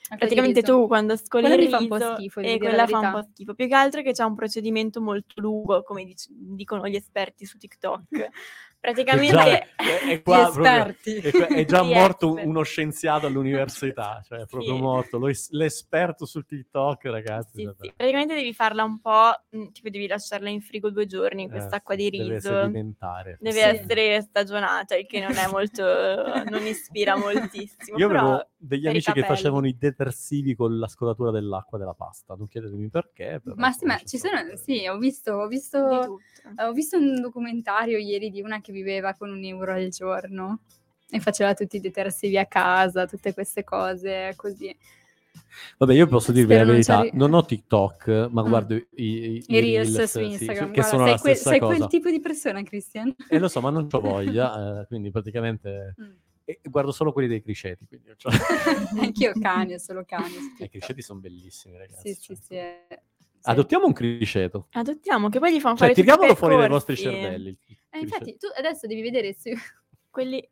S1: Praticamente
S2: riso.
S1: tu quando scoli
S2: Quella
S1: il
S2: mi fa un po'
S1: riso
S2: schifo, devo
S1: e
S2: dire la
S1: quella fa un
S2: verità.
S1: po' schifo. Più che altro che c'è un procedimento molto lungo, come dic- dicono gli esperti su TikTok.
S3: Che
S1: Praticamente
S3: già è, è- è
S2: Gli
S3: qua proprio-
S2: esperti.
S3: è, qua- è già
S1: Gli
S3: morto
S1: expert.
S3: uno scienziato all'università, cioè è proprio
S1: Sì.
S3: morto. Lo es- l'esperto sul TikTok, ragazzi.
S1: Sì,
S3: vabbè.
S1: sì. Praticamente devi farla un po', mh, tipo devi lasciarla in frigo due giorni,
S3: Eh,
S1: quest'acqua
S3: sì,
S1: di
S3: deve
S1: riso.
S3: sedimentare.
S1: Deve
S2: Sì.
S1: essere stagionata, il che non è molto, non ispira moltissimo.
S3: Io
S1: però
S3: avevo degli
S1: per i
S3: amici che
S1: capelli.
S3: facevano i detersivi con la scolatura dell'acqua della pasta. Non chiedetemi perché. Però,
S2: Ma sì,
S3: insomma,
S2: ma
S3: ci
S2: ci
S3: sono
S2: sono,
S3: quelle-
S2: sì, ho visto, ho
S1: Di
S2: visto,
S1: tutto.
S2: ho visto un documentario ieri di una che viveva con un euro al giorno e faceva tutti i detersivi a casa, tutte queste cose così.
S3: Vabbè, io posso dirvi
S2: Spero
S3: la
S2: non ci
S3: verità,
S2: arri-
S3: non ho TikTok, ma
S2: Mm.
S3: guardo i, i-
S2: I
S3: i
S2: reels su
S3: sì,
S2: Instagram.
S3: che
S2: Guarda,
S3: sono
S2: sei,
S3: la
S2: que-
S3: stessa
S2: sei
S3: cosa.
S2: quel tipo di persona, Christian.
S3: E lo so, ma non ho voglia, eh, quindi praticamente
S2: Mm.
S3: e guardo solo quelli dei criceti. Quindi, cioè...
S2: Anch'io cani, ho solo cani. su
S3: I
S2: TikTok.
S3: criceti sono bellissimi, ragazzi.
S2: Sì, sì,
S3: cioè.
S2: sì. eh, sì.
S3: Adottiamo un criceto.
S1: Adottiamo, che poi gli fanno
S3: Cioè,
S1: fare tutti i
S3: tiriamolo fuori dai vostri
S1: percorsi.
S3: cervelli. il- il
S2: Eh, infatti,
S3: criceto.
S2: tu adesso devi vedere su...
S1: Quelli...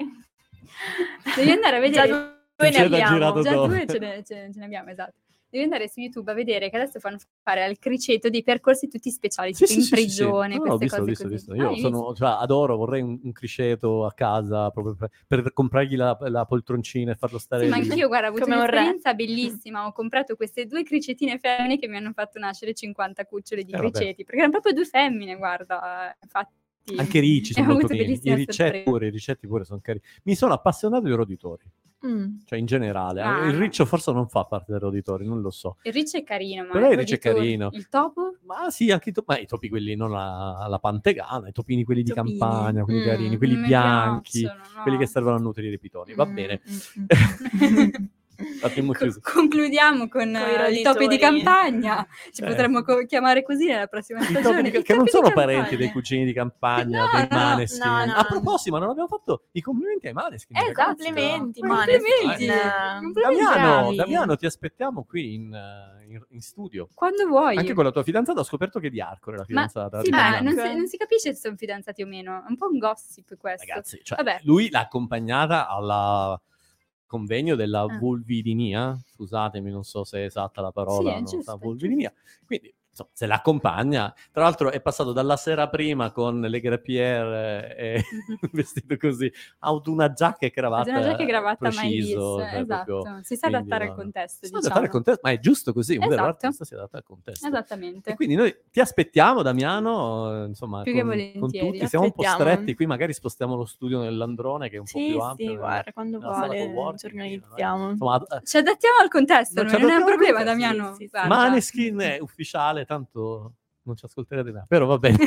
S2: Devi andare a vedere...
S1: Già due ne
S3: Criceto
S1: abbiamo.
S3: girato
S2: Già
S3: dove?
S2: due ce ne, ce- ce ne abbiamo, esatto. Devi andare su YouTube a vedere che adesso fanno fare al criceto dei percorsi tutti speciali,
S3: Sì,
S2: tipo
S3: sì,
S2: in
S3: sì, sì, sì.
S2: prigione,
S3: No, no, ho
S2: queste
S3: visto, ho
S2: cose
S3: visto, ho
S2: così.
S3: visto.
S2: Ah,
S3: Io
S2: hai
S3: sono, cioè, adoro, vorrei un, un criceto a casa proprio per, per comprargli la, la poltroncina e farlo stare
S2: Sì, ma
S3: lì.
S2: anch'io, guarda, ho avuto
S1: Come un re.
S2: un'esperienza bellissima. Ho comprato queste due cricetine femmine che mi hanno fatto nascere cinquanta cucciole di
S3: Eh, vabbè.
S2: criceti, perché erano proprio due femmine, guarda. Infatti,
S3: Anche i ricci
S2: ho
S3: sono molto
S2: avuto
S3: carini. I
S2: bellissime
S3: ricetti
S2: sorprese.
S3: pure, i ricetti pure sono carini. Mi sono appassionato ai roditori,
S1: Mm.
S3: cioè in generale.
S2: Ah,
S3: il
S2: no.
S3: riccio forse non fa parte dei roditori, non lo so.
S2: Il riccio è carino, ma
S3: Però il
S2: il
S3: riccio è
S2: roditore-
S3: carino.
S2: Il topo?
S3: Ma sì, anche i, to- ma i topi quelli, non la, la pantegana, i topini quelli di
S1: Topini.
S3: campagna, quelli
S2: Mm,
S3: carini, quelli
S2: non mi
S3: bianchi,
S2: piacciono, no.
S3: quelli che servono a nutrire i pitoni. Va
S1: Mm,
S3: bene.
S1: mm, mm.
S3: Abbiamo
S2: Co-
S3: chiuso.
S2: concludiamo con
S1: Coi
S2: eh, i topi di
S1: roditori.
S2: campagna. Ci
S3: Eh,
S2: potremmo
S3: sì.
S2: co- chiamare così nella prossima
S3: I topi
S2: stagione.
S3: di ca-
S2: I
S3: che non
S2: topi di
S3: sono
S2: campagna.
S3: parenti dei cugini di campagna,
S2: No,
S3: dei
S2: no,
S3: Maneskin.
S1: no, no.
S3: A proposito, ma non abbiamo fatto i complimenti ai Maneskin.
S2: Esatto.
S3: ragazzi.
S1: Complimenti,
S2: Complimenti.
S1: Maneskin.
S2: Complimenti.
S3: Damiano,
S1: Bravi.
S3: Damiano, ti aspettiamo qui in, eh, in- in studio.
S2: Quando vuoi.
S3: Anche con la tua fidanzata ho scoperto che è di Arcore, la
S2: Ma
S3: fidanzata.
S2: sì,
S3: di
S2: ma
S3: Damiano.
S2: non si, non si capisce se sono fidanzati o meno. È un po' un gossip questo.
S3: Ragazzi, cioè,
S2: Vabbè.
S3: lui l'ha accompagnata al convegno della
S1: Ah.
S3: vulvidinia, scusatemi, non so se è esatta la parola,
S2: Sì, è
S3: non
S2: giusto,
S3: so,
S2: è
S3: vulvidinia. Quindi, insomma, se l'accompagna, tra l'altro è passato dalla sera prima con le grappiere e vestito così, ad una giacca e cravatta,
S2: Ad una giacca e cravatta mai
S3: preciso,
S2: vista,
S3: cioè,
S2: esatto.
S3: proprio-
S2: Si sa
S3: quindi,
S2: adattare
S3: no,
S2: al
S3: no.
S2: contesto,
S3: Si sa
S2: diciamo.
S3: adattare al contesto, ma è giusto così, un vero
S2: Esatto.
S3: artista si adatta al contesto.
S2: Esattamente.
S3: E quindi noi ti aspettiamo, Damiano, eh, insomma,
S2: Più che
S3: con, con
S2: volentieri.
S3: tutti. Siamo un po'
S1: Aspettiamo.
S3: stretti, qui magari spostiamo lo studio nell'androne che è un po'
S1: Sì,
S3: più ampio.
S1: sì,
S3: nella-
S1: guarda, quando
S3: nella sala
S1: vuole
S3: coworking,
S1: ci
S3: quindi,
S1: organizziamo.
S3: Insomma, ad-
S2: Ci adattiamo al contesto,
S3: Non
S2: noi,
S3: ci
S2: non è un
S3: adattiamo al
S2: problema,
S3: contesto,
S2: Damiano.
S1: sì, sì, sì.
S2: guarda.
S3: Maneskin è ufficiale, tanto non ci ascolterete mai. Però va bene.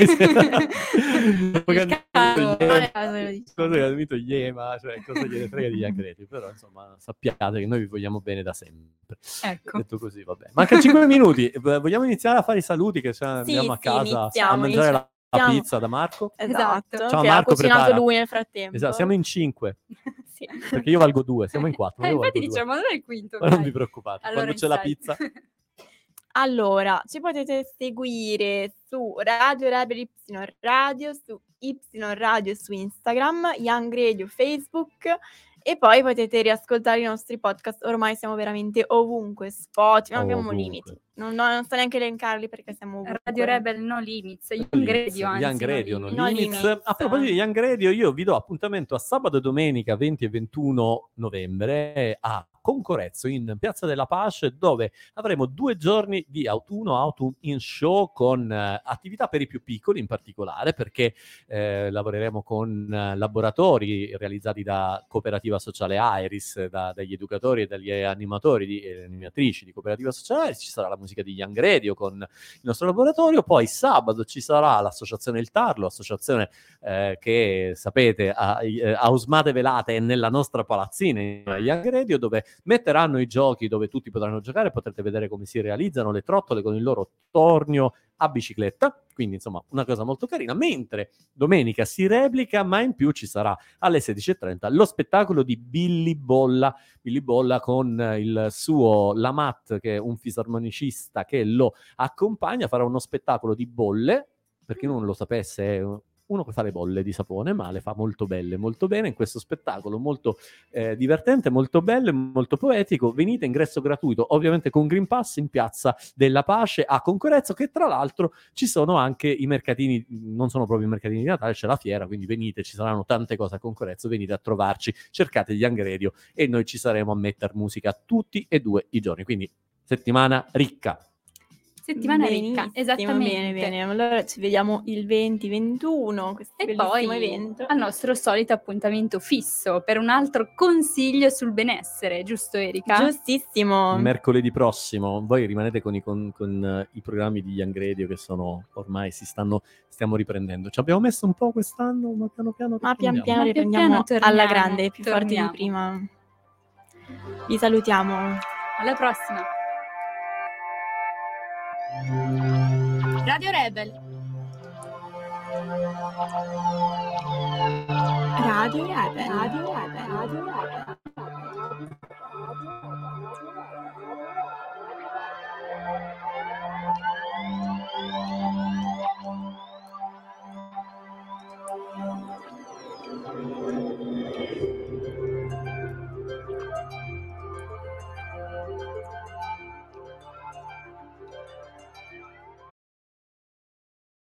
S3: Dopo che
S2: Il
S3: hanno
S2: caso,
S3: detto Yema,
S1: caso lo diciamo.
S3: cosa che hanno detto Yema, cioè cosa gliene frega di Ancreti, però insomma sappiate che noi vi vogliamo bene da sempre.
S2: Ecco.
S3: Detto così, va bene. Mancano cinque minuti, V- vogliamo iniziare a fare i saluti che se no andiamo a
S1: sì,
S3: casa
S1: iniziamo,
S3: a mangiare la, la
S1: iniziamo.
S3: pizza da Marco.
S1: Esatto,
S2: Ciao,
S1: che
S3: Marco,
S1: ha cucinato
S3: prepara.
S1: lui nel frattempo.
S3: Esatto, siamo in cinque,
S1: Sì.
S3: perché io valgo due, siamo in quattro.
S2: Eh,
S3: io
S2: infatti
S3: valgo due.
S2: diciamo, ma non è il quinto.
S3: Ma non
S2: dai.
S3: vi preoccupate,
S2: Allora
S3: quando c'è la
S2: instai.
S3: pizza.
S1: Allora, ci potete seguire su Radio Rebel Y Radio, su Y Radio su Instagram, Young Radio Facebook e poi potete riascoltare i nostri podcast. Ormai siamo veramente ovunque, Spotify, non abbiamo
S3: Ovunque.
S1: limiti. Non, no, non sto neanche a elencarli perché siamo ovunque.
S2: Radio Rebel no limits, Young
S3: Limits,
S2: Radio anzi.
S3: Young
S2: no
S3: Radio, no
S2: limits.
S1: No
S3: limits.
S1: limits.
S3: A proposito di Young Radio, io vi do appuntamento a sabato e domenica venti e ventuno novembre a Concorezzo in Piazza della Pace, dove avremo due giorni di autunno autumn in show con eh, attività per i più piccoli in particolare, perché eh, lavoreremo con eh, laboratori realizzati da Cooperativa Sociale Iris, da- dagli educatori e dagli animatori di, e animatrici di Cooperativa Sociale Iris. Ci sarà la musica di Young Radio con il nostro laboratorio. Poi sabato ci sarà l'associazione Il Tarlo, associazione eh, che sapete a, eh, a Usmate Velate è nella nostra palazzina in Young Radio, dove metteranno i giochi dove tutti potranno giocare. Potrete vedere come si realizzano le trottole con il loro tornio a bicicletta, quindi insomma una cosa molto carina. Mentre domenica si replica, ma in più ci sarà alle sedici e trenta lo spettacolo di Billy Bolla Billy Bolla con eh, il suo Lamat, che è un fisarmonicista che lo accompagna. Farà uno spettacolo di bolle, per chi non lo sapesse è un- uno che fa le bolle di sapone, ma le fa molto belle, molto bene in questo spettacolo, molto eh, divertente, molto bello e molto poetico. Venite, ingresso gratuito, ovviamente con Green Pass, in Piazza della Pace a Concorrezzo, che tra l'altro ci sono anche i mercatini, non sono proprio i mercatini di Natale, c'è la fiera, quindi venite, ci saranno tante cose a Concorrezzo, venite a trovarci, cercate gli Young Radio e noi ci saremo a mettere musica tutti e due i giorni, quindi settimana ricca.
S2: Settimana ricca,
S1: Benissimo,
S2: esattamente.
S1: Bene, bene. Allora ci vediamo il venti ventuno, questo
S2: E
S1: bellissimo
S2: poi
S1: evento.
S2: al nostro solito appuntamento fisso per un altro consiglio sul benessere, giusto Erika?
S1: Giustissimo.
S3: Mercoledì prossimo, voi rimanete con i, con, con, eh, i programmi di Young Radio che sono ormai si stanno, stiamo riprendendo. Ci abbiamo messo un po' quest'anno, ma piano piano
S1: Ma pian
S3: riprendiamo.
S1: piano
S2: Ma pian
S1: riprendiamo
S2: piano
S1: alla
S2: torniamo,
S1: grande, più forti
S2: torniamo.
S1: di prima. Vi salutiamo.
S2: Alla prossima.
S7: Radio Rebel.
S1: Radio Rebel, Radio Rebel, Radio Rebel.